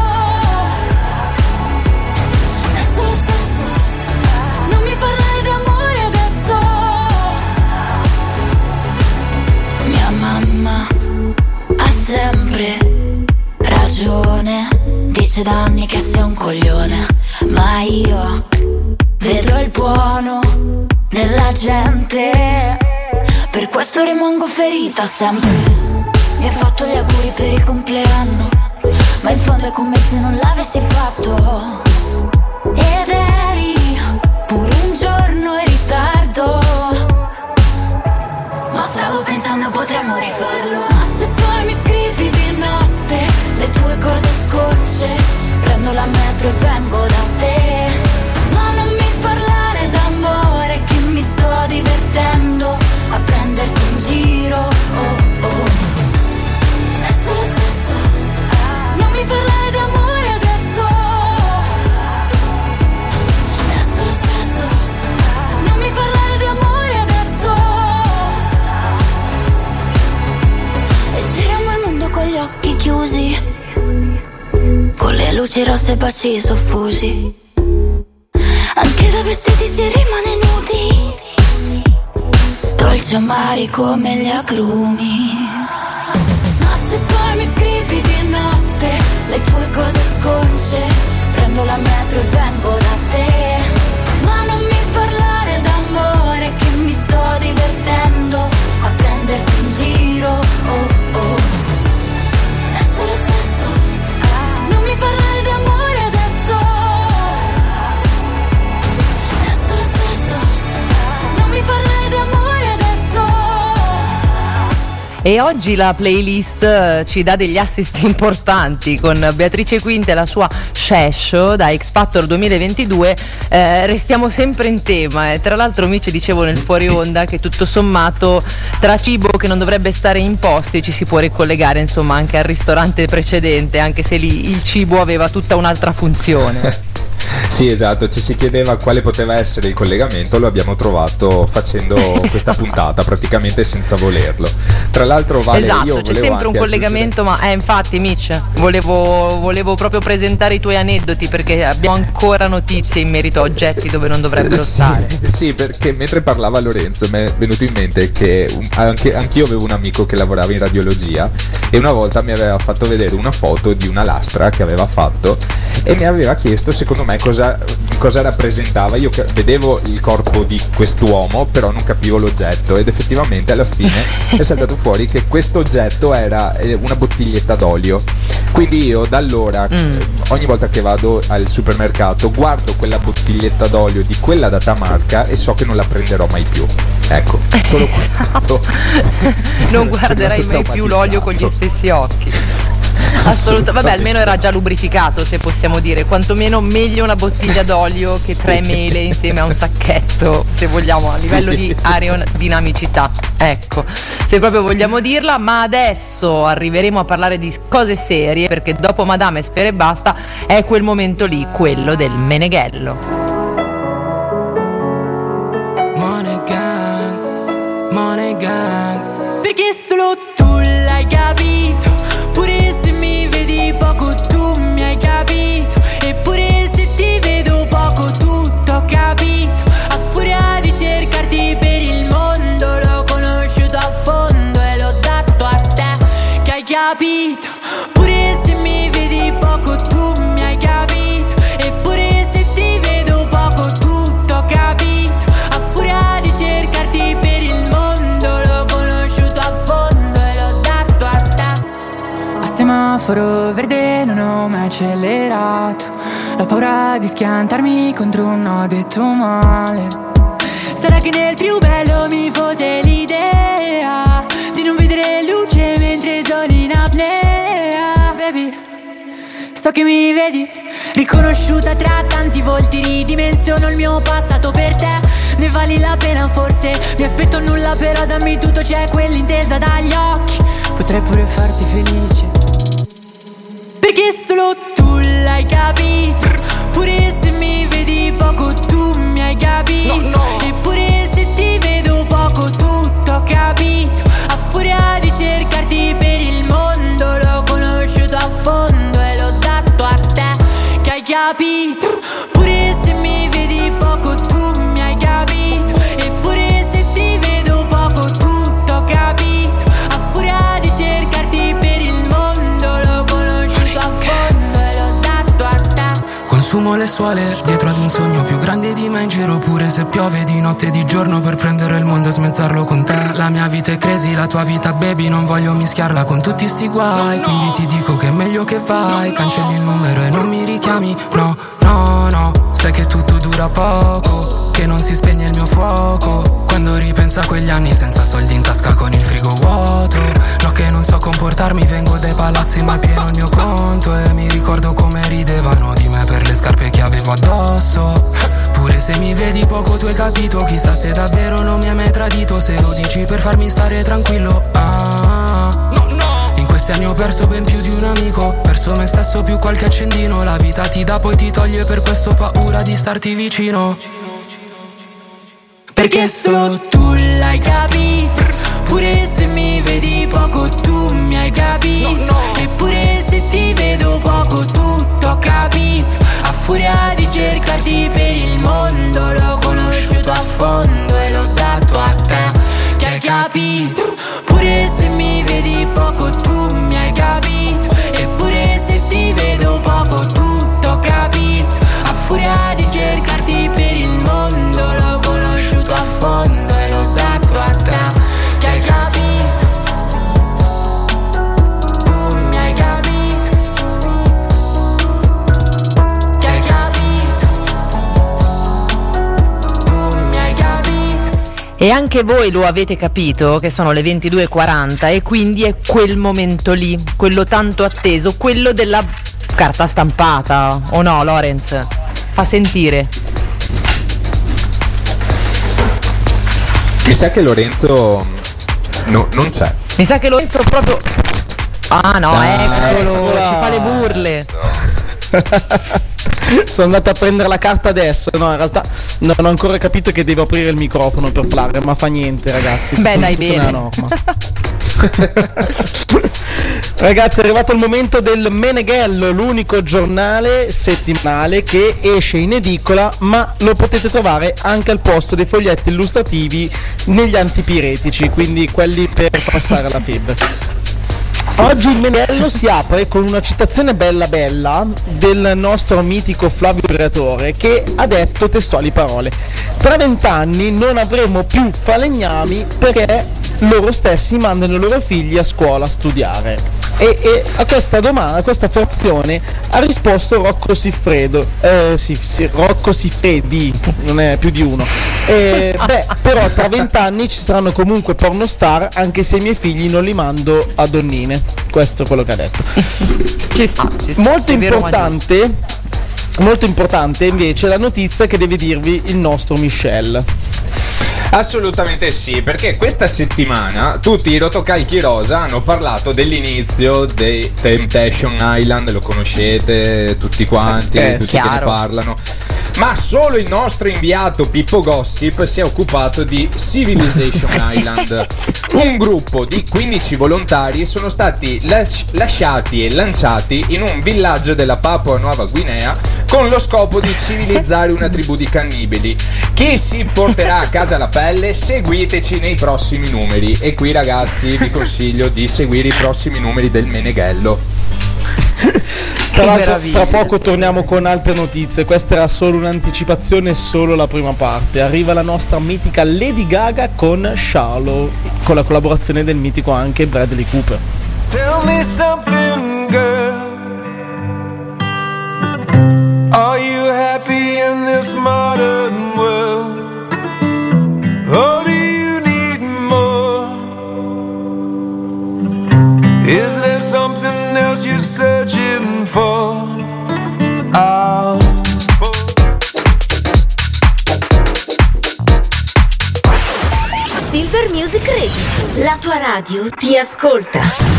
[SPEAKER 8] È solo sesso. Non mi parlare di amore adesso. Mia mamma ha sempre ragione, dice da anni che sei un coglione, ma io vedo il buono nella gente, per questo rimango ferita sempre. Mi hai fatto gli auguri per il compleanno, ma in fondo è come se non l'avessi fatto. Ed eri pure un giorno in ritardo, ma stavo pensando potremmo rifarlo. Ma se poi mi scrivi di notte le tue cose sconce, prendo la metro e vengo da te. Ma non mi parlare d'amore, che mi sto divertendo a prenderti in giro. Oh oh, è solo sesso. Non mi parlare d'amore adesso. È solo sesso. Non mi parlare di amore adesso. E giriamo il mondo con gli occhi chiusi, con le luci rosse e baci soffusi.
[SPEAKER 15] Anche da vestiti si rimane nudi, dolci amari come gli agrumi. Ma se poi mi scrivi di notte le tue cose sconce, prendo la metro e vengo da te. Ma non mi parlare d'amore, che mi sto divertendo a prenderti in giro, oh oh. È solo sesso, non mi parlare d'amore adesso. È solo sesso, non mi parlare d'amore adesso.
[SPEAKER 3] E oggi la playlist ci dà degli assist importanti con Beatrice Quinte e la sua Shesho da X Factor duemilaventidue. Eh, restiamo sempre in tema e tra l'altro mi ci dicevo nel fuori onda che tutto sommato tra cibo che non dovrebbe stare in posti ci si può ricollegare insomma anche al ristorante precedente, anche se lì il cibo aveva tutta un'altra funzione.
[SPEAKER 5] Sì, esatto, ci si chiedeva quale poteva essere il collegamento, lo abbiamo trovato facendo questa puntata praticamente senza volerlo. Tra l'altro Vale,
[SPEAKER 3] esatto,
[SPEAKER 5] io
[SPEAKER 3] c'è sempre un collegamento, aggiungere... ma eh, infatti Mitch, volevo, volevo proprio presentare i tuoi aneddoti perché abbiamo ancora notizie in merito a oggetti dove non dovrebbero
[SPEAKER 5] sì,
[SPEAKER 3] stare.
[SPEAKER 5] Sì, perché mentre parlava Lorenzo mi è venuto in mente che un, anche, anch'io avevo un amico che lavorava in radiologia e una volta mi aveva fatto vedere una foto di una lastra che aveva fatto e mi aveva chiesto secondo me cosa, cosa rappresentava. Io vedevo il corpo di quest'uomo però non capivo l'oggetto ed effettivamente alla fine è saltato fuori che questo oggetto era una bottiglietta d'olio. Quindi io da allora mm. ogni volta che vado al supermercato guardo quella bottiglietta d'olio di quella data marca e so che non la prenderò mai più. Ecco, solo questo.
[SPEAKER 3] Non guarderai mai più l'olio con gli stessi occhi. Assolutamente, vabbè, almeno era già lubrificato, se possiamo dire, quantomeno meglio una bottiglia d'olio che
[SPEAKER 5] sì.
[SPEAKER 3] tre mele insieme a un sacchetto, se vogliamo, a
[SPEAKER 5] sì.
[SPEAKER 3] livello di aerodinamicità, ecco, se proprio vogliamo dirla. Ma adesso arriveremo a parlare di cose serie, perché dopo Madame Spera e Basta è quel momento lì, quello del meneghello.
[SPEAKER 10] Money gang, money gang, perché solo tu l'hai capito. Pure se mi vedi poco tu mi hai capito. Eppure se ti vedo poco tutto ho capito. A furia di cercarti per il mondo l'ho conosciuto a fondo e l'ho dato a te che hai capito. Pure se mi vedi poco tu mi hai capito. Eppure se ti vedo poco tutto ho capito. A furia di cercarti per il mondo l'ho conosciuto a fondo e l'ho dato a te. A semaforo verde non ho mai accelerato. La paura di schiantarmi contro un no detto male. Sarà che nel più bello mi fotte l'idea di non vedere luce mentre sono in apnea. Baby, so che mi vedi, riconosciuta tra tanti volti, ridimensiono il mio passato per te. Ne vali la pena forse, mi aspetto nulla però dammi tutto, c'è quell'intesa dagli occhi. Potrei pure farti felice, perché solo tu l'hai capito. Pure se mi vedi poco tu mi hai capito. No, no. Eppure se ti vedo poco tutto ho capito. A furia di cercarti per il mondo l'ho conosciuto a fondo e l'ho dato a te che hai capito. Pure se mi vedi poco tu mi hai capito. Eppure se ti vedo poco tutto ho capito. A furia di cercarti per il mondo l'ho conosciuto a fondo e l'ho dato a te.
[SPEAKER 17] Consumo le suole dietro ad un sogno più grande di me in giro. Pure se piove di notte e di giorno per prendere il mondo e smezzarlo con te. La mia vita è crazy, la tua vita baby, non voglio mischiarla con tutti sti guai. No, no. Quindi ti dico che è meglio che vai, no, no. Cancelli il numero e non mi richiami. No, no, no, sai che tutto dura poco, che non si spegne il mio fuoco. Quando ripenso a quegli anni senza soldi in tasca con il frigo vuoto. No, che non so comportarmi, vengo dai palazzi ma è pieno il mio conto. E mi ricordo come ridevano di me per le scarpe che avevo addosso. Pure se mi vedi poco tu hai capito. Chissà se davvero non mi hai mai tradito. Se lo dici per farmi stare tranquillo. Ah, no, no. In questi anni ho perso ben più di un amico. Perso me stesso più qualche accendino. La vita ti dà poi ti toglie, per questo ho paura di starti vicino.
[SPEAKER 10] Perché solo tu l'hai capito. Pure se mi vedi poco tu mi hai capito. No, no. Eppure se ti vedo poco tutto ho capito. A furia di cercarti per il mondo
[SPEAKER 3] E anche voi lo avete capito che sono le ventidue e quaranta e quindi è quel momento lì, quello tanto atteso, quello della carta stampata, o no, Lorenz? Fa sentire.
[SPEAKER 5] Mi sa che Lorenzo no, non c'è.
[SPEAKER 3] Mi sa che Lorenzo proprio... Ah no,
[SPEAKER 4] Ah,
[SPEAKER 3] eccolo,
[SPEAKER 4] eccola.
[SPEAKER 3] ci fa le burle.
[SPEAKER 4] Sono andato a prendere la carta adesso. No, in realtà non ho ancora capito che devo aprire il microfono per parlare, ma fa niente, ragazzi.
[SPEAKER 3] Beh,
[SPEAKER 4] Tutto-
[SPEAKER 3] dai,
[SPEAKER 4] tutta
[SPEAKER 3] bene.
[SPEAKER 4] una norma. Ragazzi, è arrivato il momento del Meneghello, l'unico giornale settimanale che esce in edicola, ma lo potete trovare anche al posto dei foglietti illustrativi negli antipiretici, quindi quelli per passare la febbre. Oggi il Meneghello si apre con una citazione bella bella del nostro mitico Flavio Briatore, che ha detto testuali parole: tra vent'anni non avremo più falegnami perché loro stessi mandano i loro figli a scuola a studiare. E, e a questa domanda, a questa frazione ha risposto Rocco Siffredo, eh, sì, sì, Rocco Siffredi, non è più di uno. Eh, beh, però tra vent'anni ci saranno comunque pornostar, anche se i miei figli non li mando a donnine. Questo è quello che ha detto.
[SPEAKER 3] Ci sta, ci sta.
[SPEAKER 4] Molto
[SPEAKER 3] Sì, vero,
[SPEAKER 4] importante, molto importante invece la notizia che deve dirvi il nostro Michel.
[SPEAKER 5] Assolutamente sì, perché questa settimana tutti i rotocalchi rosa hanno parlato dell'inizio dei Temptation Island, lo conoscete tutti quanti,
[SPEAKER 4] Eh,
[SPEAKER 5] tutti che ne
[SPEAKER 3] chiaro.
[SPEAKER 5] parlano. Ma solo il nostro inviato Pippo Gossip si è occupato di Civilization Island. Un gruppo di quindici volontari sono stati las- lasciati e lanciati in un villaggio della Papua Nuova Guinea con lo scopo di civilizzare una tribù di cannibali. Chi si porterà a casa la pelle? Seguiteci nei prossimi numeri. E qui, ragazzi, vi consiglio di seguire i prossimi numeri del Meneghello.
[SPEAKER 4] Tra l'altro,
[SPEAKER 3] meraviglia.
[SPEAKER 4] tra poco torniamo con altre notizie. Questa era solo un'anticipazione, solo la prima parte. Arriva la nostra mitica Lady Gaga con Shallow, con la collaborazione del mitico anche Bradley Cooper.
[SPEAKER 10] Tell me something, girl. Are you happy in this modern world? Or do you need more? Is there something else you're searching for? I'll
[SPEAKER 14] Silver Music Radio, la tua radio ti ascolta.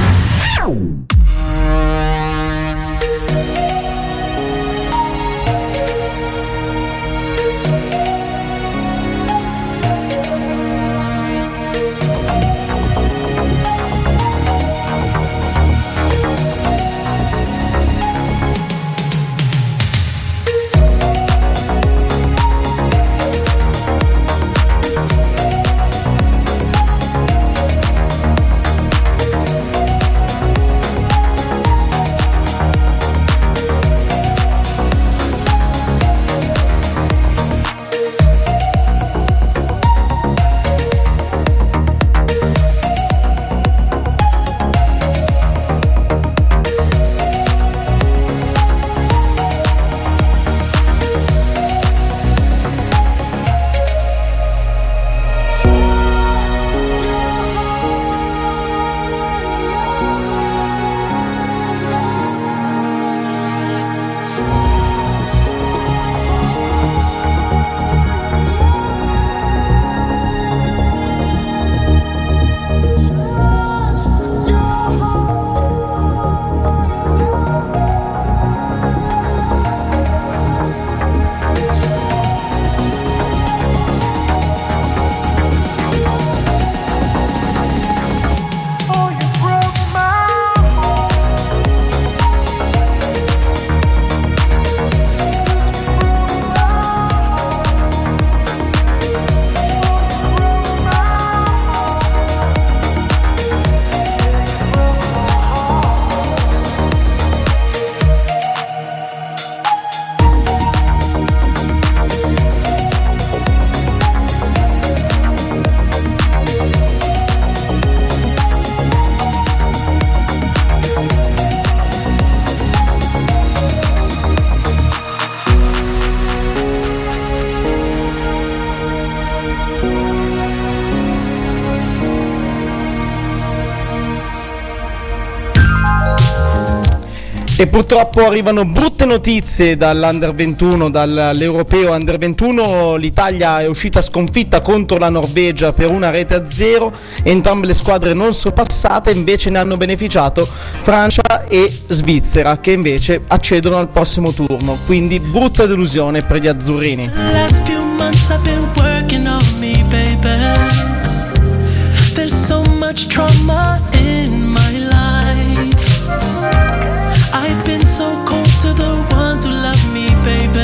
[SPEAKER 4] E purtroppo arrivano brutte notizie dall'Under ventuno, dall'Europeo Under ventuno. L'Italia è uscita sconfitta contro la Norvegia per una rete a zero. Entrambe le squadre non sono passate, invece ne hanno beneficiato Francia e Svizzera, che invece accedono al prossimo turno. Quindi brutta delusione per gli azzurrini.
[SPEAKER 6] Last few months I've been working on me, baby. There's so much trauma in my life. I've been so cold to the ones who love me, baby.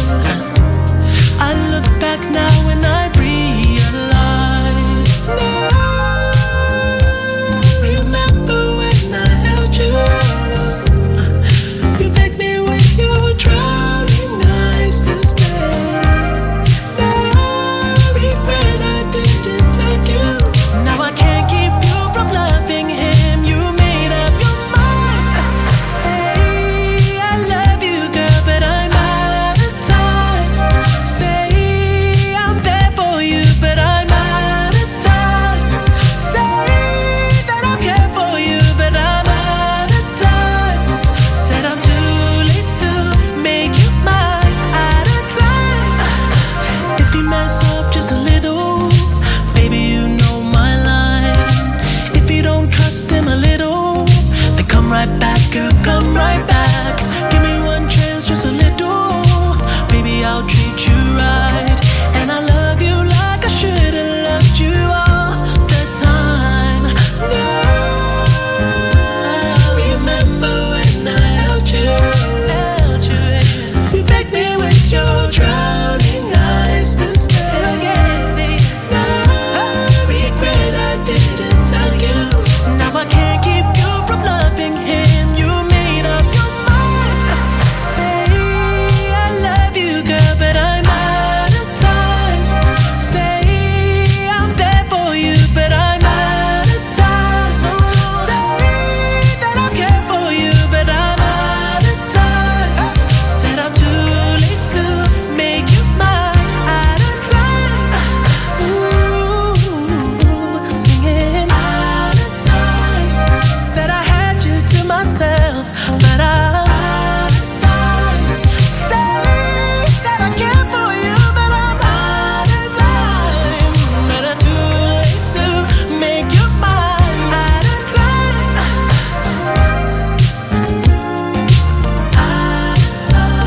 [SPEAKER 6] I look back now and I realize. Now, remember when I held you? You begged me with your drowning eyes to stay. Now, regret I didn't take you. Now I can't keep you from loving him. You made up your mind. Say I love you, girl, but I'm out of time. Say I'm there for you, but I'm out of time. Say that I care for you, but I'm out of time. Said I'm too late to make you mine. Out of time. If you mess up just a little, baby, you know my line. If you don't trust him a little, then come right back, girl, come right back. Give me one chance, just a little. Baby, I'll treat you right. And I love you like I should have loved you all the time. Now, remember when I held you? Held you. You begged me with your drowning eyes to stay again. Now, I regret I didn't tell you. Now I can't keep you from loving him. You made up your mind. Say I love you, girl, but I'm out of time. Say I'm there for you, but I'm out of time. Say that I care for you, but I'm out of time. Said I'm too late to make you mine. Out of time. Ooh, singing out of time. Said I had you to myself, but I'm out of time. Say that I care for you, but I'm out of time. But I'm too late to make you mine. Out of time. Out of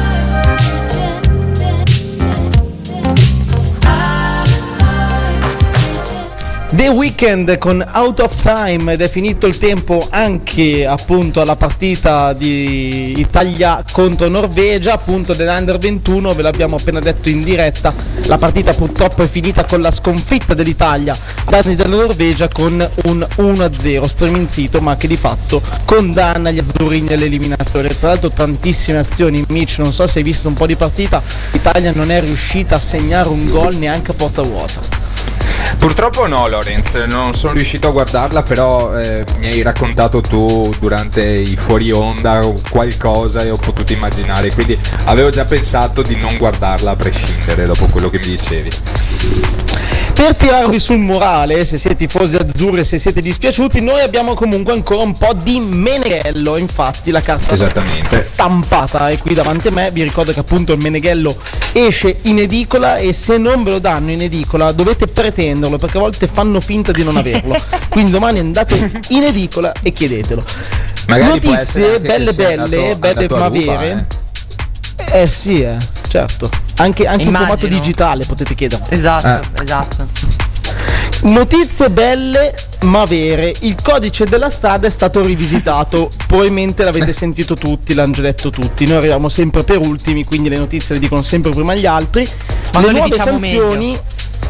[SPEAKER 4] The Weeknd con Out of Time, ed è finito il tempo anche appunto alla partita di Italia contro Norvegia, appunto dell'Under ventuno. Ve l'abbiamo appena detto in diretta, la partita purtroppo è finita con la sconfitta dell'Italia ai danni della Norvegia con un uno a zero striminzito, ma che di fatto condanna gli azzurrini all'eliminazione. Tra l'altro tantissime azioni, Mitch, non so se hai visto un po' di partita, l'Italia non è riuscita a segnare un gol neanche a porta vuota.
[SPEAKER 5] Purtroppo no, Lorenz, non sono riuscito a guardarla, però eh, mi hai raccontato tu durante i fuori onda qualcosa e ho potuto immaginare, quindi avevo già pensato di non guardarla a prescindere dopo quello che mi dicevi.
[SPEAKER 4] Per tirarvi sul morale, se siete tifosi azzurri e se siete dispiaciuti, noi abbiamo comunque ancora un po' di Meneghello. Infatti la carta
[SPEAKER 5] Esattamente.
[SPEAKER 4] stampata è qui davanti a me. Vi ricordo che appunto il Meneghello esce in edicola, e se non ve lo danno in edicola dovete pretenderlo, perché a volte fanno finta di non averlo. Quindi domani andate in edicola e chiedetelo.
[SPEAKER 5] Magari può essere
[SPEAKER 4] Notizie
[SPEAKER 5] anche
[SPEAKER 4] belle
[SPEAKER 5] che sia
[SPEAKER 4] belle,
[SPEAKER 5] andato-
[SPEAKER 4] belle
[SPEAKER 5] andato a
[SPEAKER 4] ma
[SPEAKER 5] ruba,
[SPEAKER 4] vere. Eh sì, eh, certo. Anche, anche in
[SPEAKER 3] Immagino.
[SPEAKER 4] formato digitale potete chiedere.
[SPEAKER 3] Esatto, esatto.
[SPEAKER 4] Notizie belle ma vere. Il codice della strada è stato rivisitato. Probabilmente l'avete sentito tutti, l'hanno già detto tutti. Noi arriviamo sempre per ultimi, quindi le notizie le dicono sempre prima agli altri.
[SPEAKER 3] Ma
[SPEAKER 4] le
[SPEAKER 3] noi le
[SPEAKER 4] nuove
[SPEAKER 3] diciamo
[SPEAKER 4] sanzioni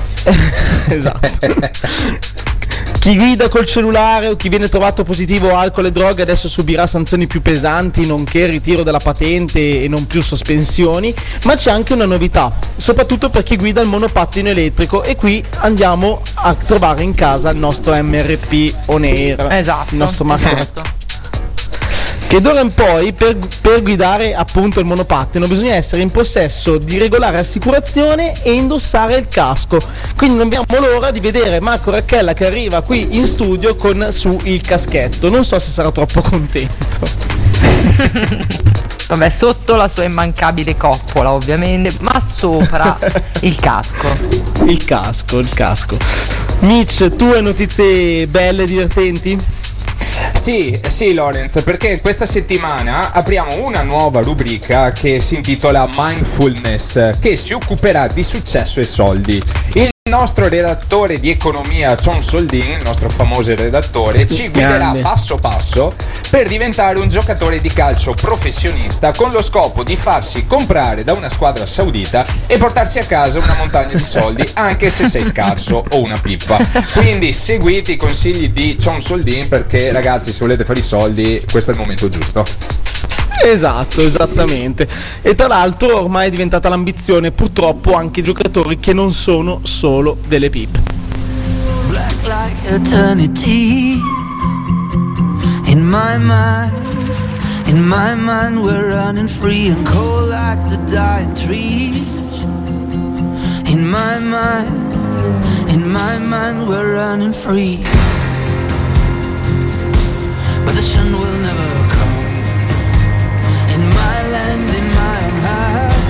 [SPEAKER 4] esatto. Chi guida col cellulare o chi viene trovato positivo a alcol e droghe adesso subirà sanzioni più pesanti, nonché ritiro della patente e non più sospensioni. Ma c'è anche una novità, soprattutto per chi guida il monopattino elettrico, e qui andiamo a trovare in casa il nostro M R P On Air,
[SPEAKER 3] Esatto,
[SPEAKER 4] il nostro macchina.
[SPEAKER 3] esatto.
[SPEAKER 4] che d'ora in poi per, per guidare appunto il monopattino bisogna essere in possesso di regolare assicurazione e indossare il casco. Quindi non abbiamo l'ora di vedere Marco Racchella che arriva qui in studio con su il caschetto. Non so se sarà troppo contento.
[SPEAKER 3] Vabbè, sotto la sua immancabile coppola ovviamente, ma sopra il casco.
[SPEAKER 4] Il casco, il casco. Mitch, tu hai notizie belle, divertenti?
[SPEAKER 5] Sì, sì Lorenz, perché questa settimana apriamo una nuova rubrica che si intitola Mindfulness, che si occuperà di successo e soldi. Il nostro redattore di economia John Soldin, il nostro famoso redattore, ci guiderà
[SPEAKER 4] Grande.
[SPEAKER 5] passo passo per diventare un giocatore di calcio professionista con lo scopo di farsi comprare da una squadra saudita e portarsi a casa una montagna di soldi anche se sei scarso o una pippa. Quindi seguite i consigli di John Soldin, perché ragazzi, se volete fare i soldi questo è il momento giusto.
[SPEAKER 4] Esatto, esattamente. E tra l'altro ormai è diventata l'ambizione purtroppo anche giocatori che non sono solo delle pippe.
[SPEAKER 9] Black like eternity in my mind, in my mind we're running free and cold like the dying trees. In my mind, in my mind we're running free, but the sun will never come. In my land, in my own heart,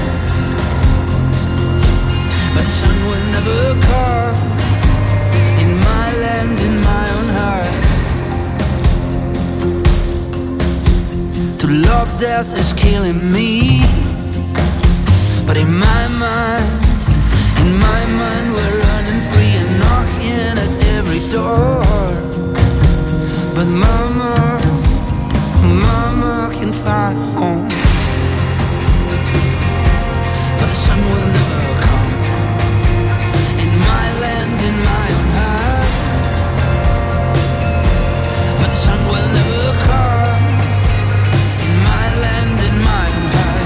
[SPEAKER 9] but the sun will never come. In my land, in my own heart. To love death is killing me, but in my mind, in my mind we're running free and knocking at every door. But mama, mama can find a home, but the sun will never come. In my land, in my own heart, but the sun will never come. In my land, in my own heart.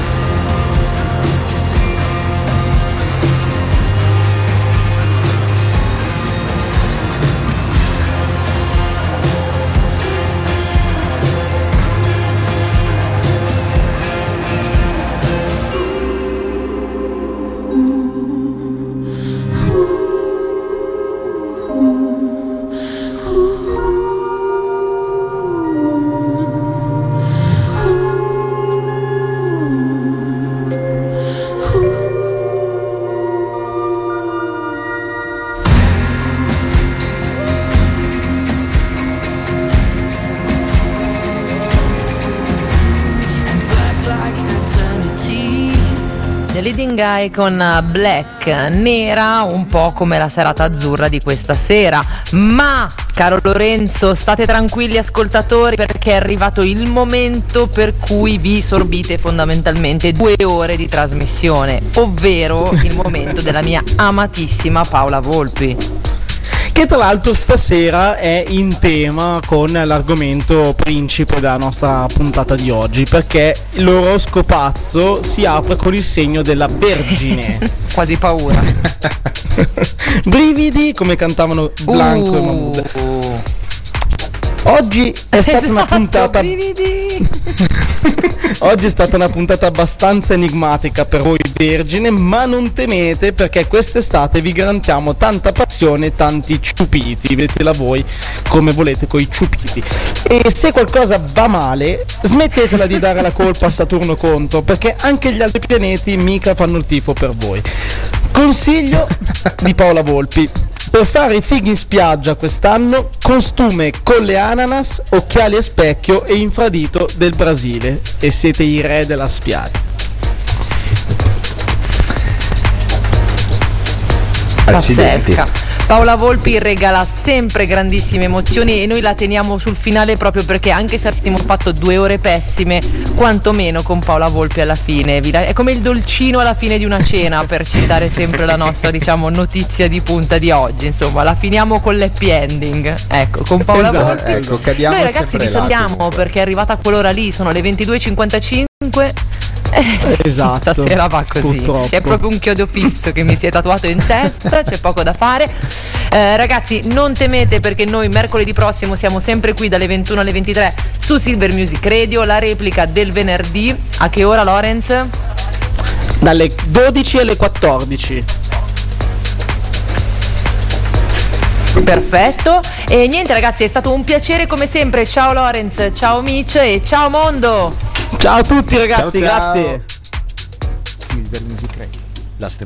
[SPEAKER 3] The Leading Guy con Black, nera, un po' come la serata azzurra di questa sera. Ma, caro Lorenzo, state tranquilli ascoltatori, perché è arrivato il momento per cui vi sorbite fondamentalmente due ore di trasmissione, ovvero il momento della mia amatissima Paola Volpi,
[SPEAKER 4] che tra l'altro stasera è in tema con l'argomento principe della nostra puntata di oggi, perché l'oroscopazzo si apre con il segno della Vergine.
[SPEAKER 3] Quasi paura.
[SPEAKER 4] Brividi, come cantavano Blanco
[SPEAKER 3] uh.
[SPEAKER 4] e Mahmood. Oggi è stata
[SPEAKER 3] esatto,
[SPEAKER 4] una puntata
[SPEAKER 3] brividi.
[SPEAKER 4] Oggi è stata una puntata abbastanza enigmatica per voi vergine, ma non temete, perché quest'estate vi garantiamo tanta passione e tanti ciupiti. Vedetela voi come volete coi ciupiti. E se qualcosa va male, smettetela di dare la colpa a Saturno contro, perché anche gli altri pianeti mica fanno il tifo per voi. Consiglio di Paola Volpi: per fare i fighi in spiaggia quest'anno, costume con le ananas, occhiali a specchio e infradito del Brasile, e siete i re della spiaggia.
[SPEAKER 3] Pazzesca. Paola Volpi regala sempre grandissime emozioni e noi la teniamo sul finale proprio perché, anche se abbiamo fatto due ore pessime, quantomeno con Paola Volpi alla fine è come il dolcino alla fine di una cena, per citare sempre la nostra, diciamo, notizia di punta di oggi. Insomma, la finiamo con l'happy ending, ecco, con Paola
[SPEAKER 5] esatto,
[SPEAKER 3] Volpi.
[SPEAKER 5] ecco, cadiamo
[SPEAKER 3] noi ragazzi vi
[SPEAKER 5] là,
[SPEAKER 3] salutiamo
[SPEAKER 5] comunque,
[SPEAKER 3] perché è arrivata quell'ora lì, sono le ventidue e cinquantacinque. Eh, sì,
[SPEAKER 4] Esatto,
[SPEAKER 3] stasera va così.
[SPEAKER 4] purtroppo.
[SPEAKER 3] C'è proprio un chiodo fisso che mi si è tatuato in testa, c'è poco da fare. Eh, ragazzi, non temete perché noi mercoledì prossimo siamo sempre qui dalle ventuno alle ventitré su Silver Music Radio, la replica del venerdì. A che ora, Lorenz?
[SPEAKER 4] Dalle dodici alle quattordici.
[SPEAKER 3] Perfetto. E niente ragazzi, è stato un piacere come sempre. Ciao Lorenz, ciao Mitch e ciao mondo.
[SPEAKER 4] Ciao a tutti ragazzi,
[SPEAKER 5] Ciao, ciao.
[SPEAKER 4] grazie.
[SPEAKER 2] Silver Music Radio. La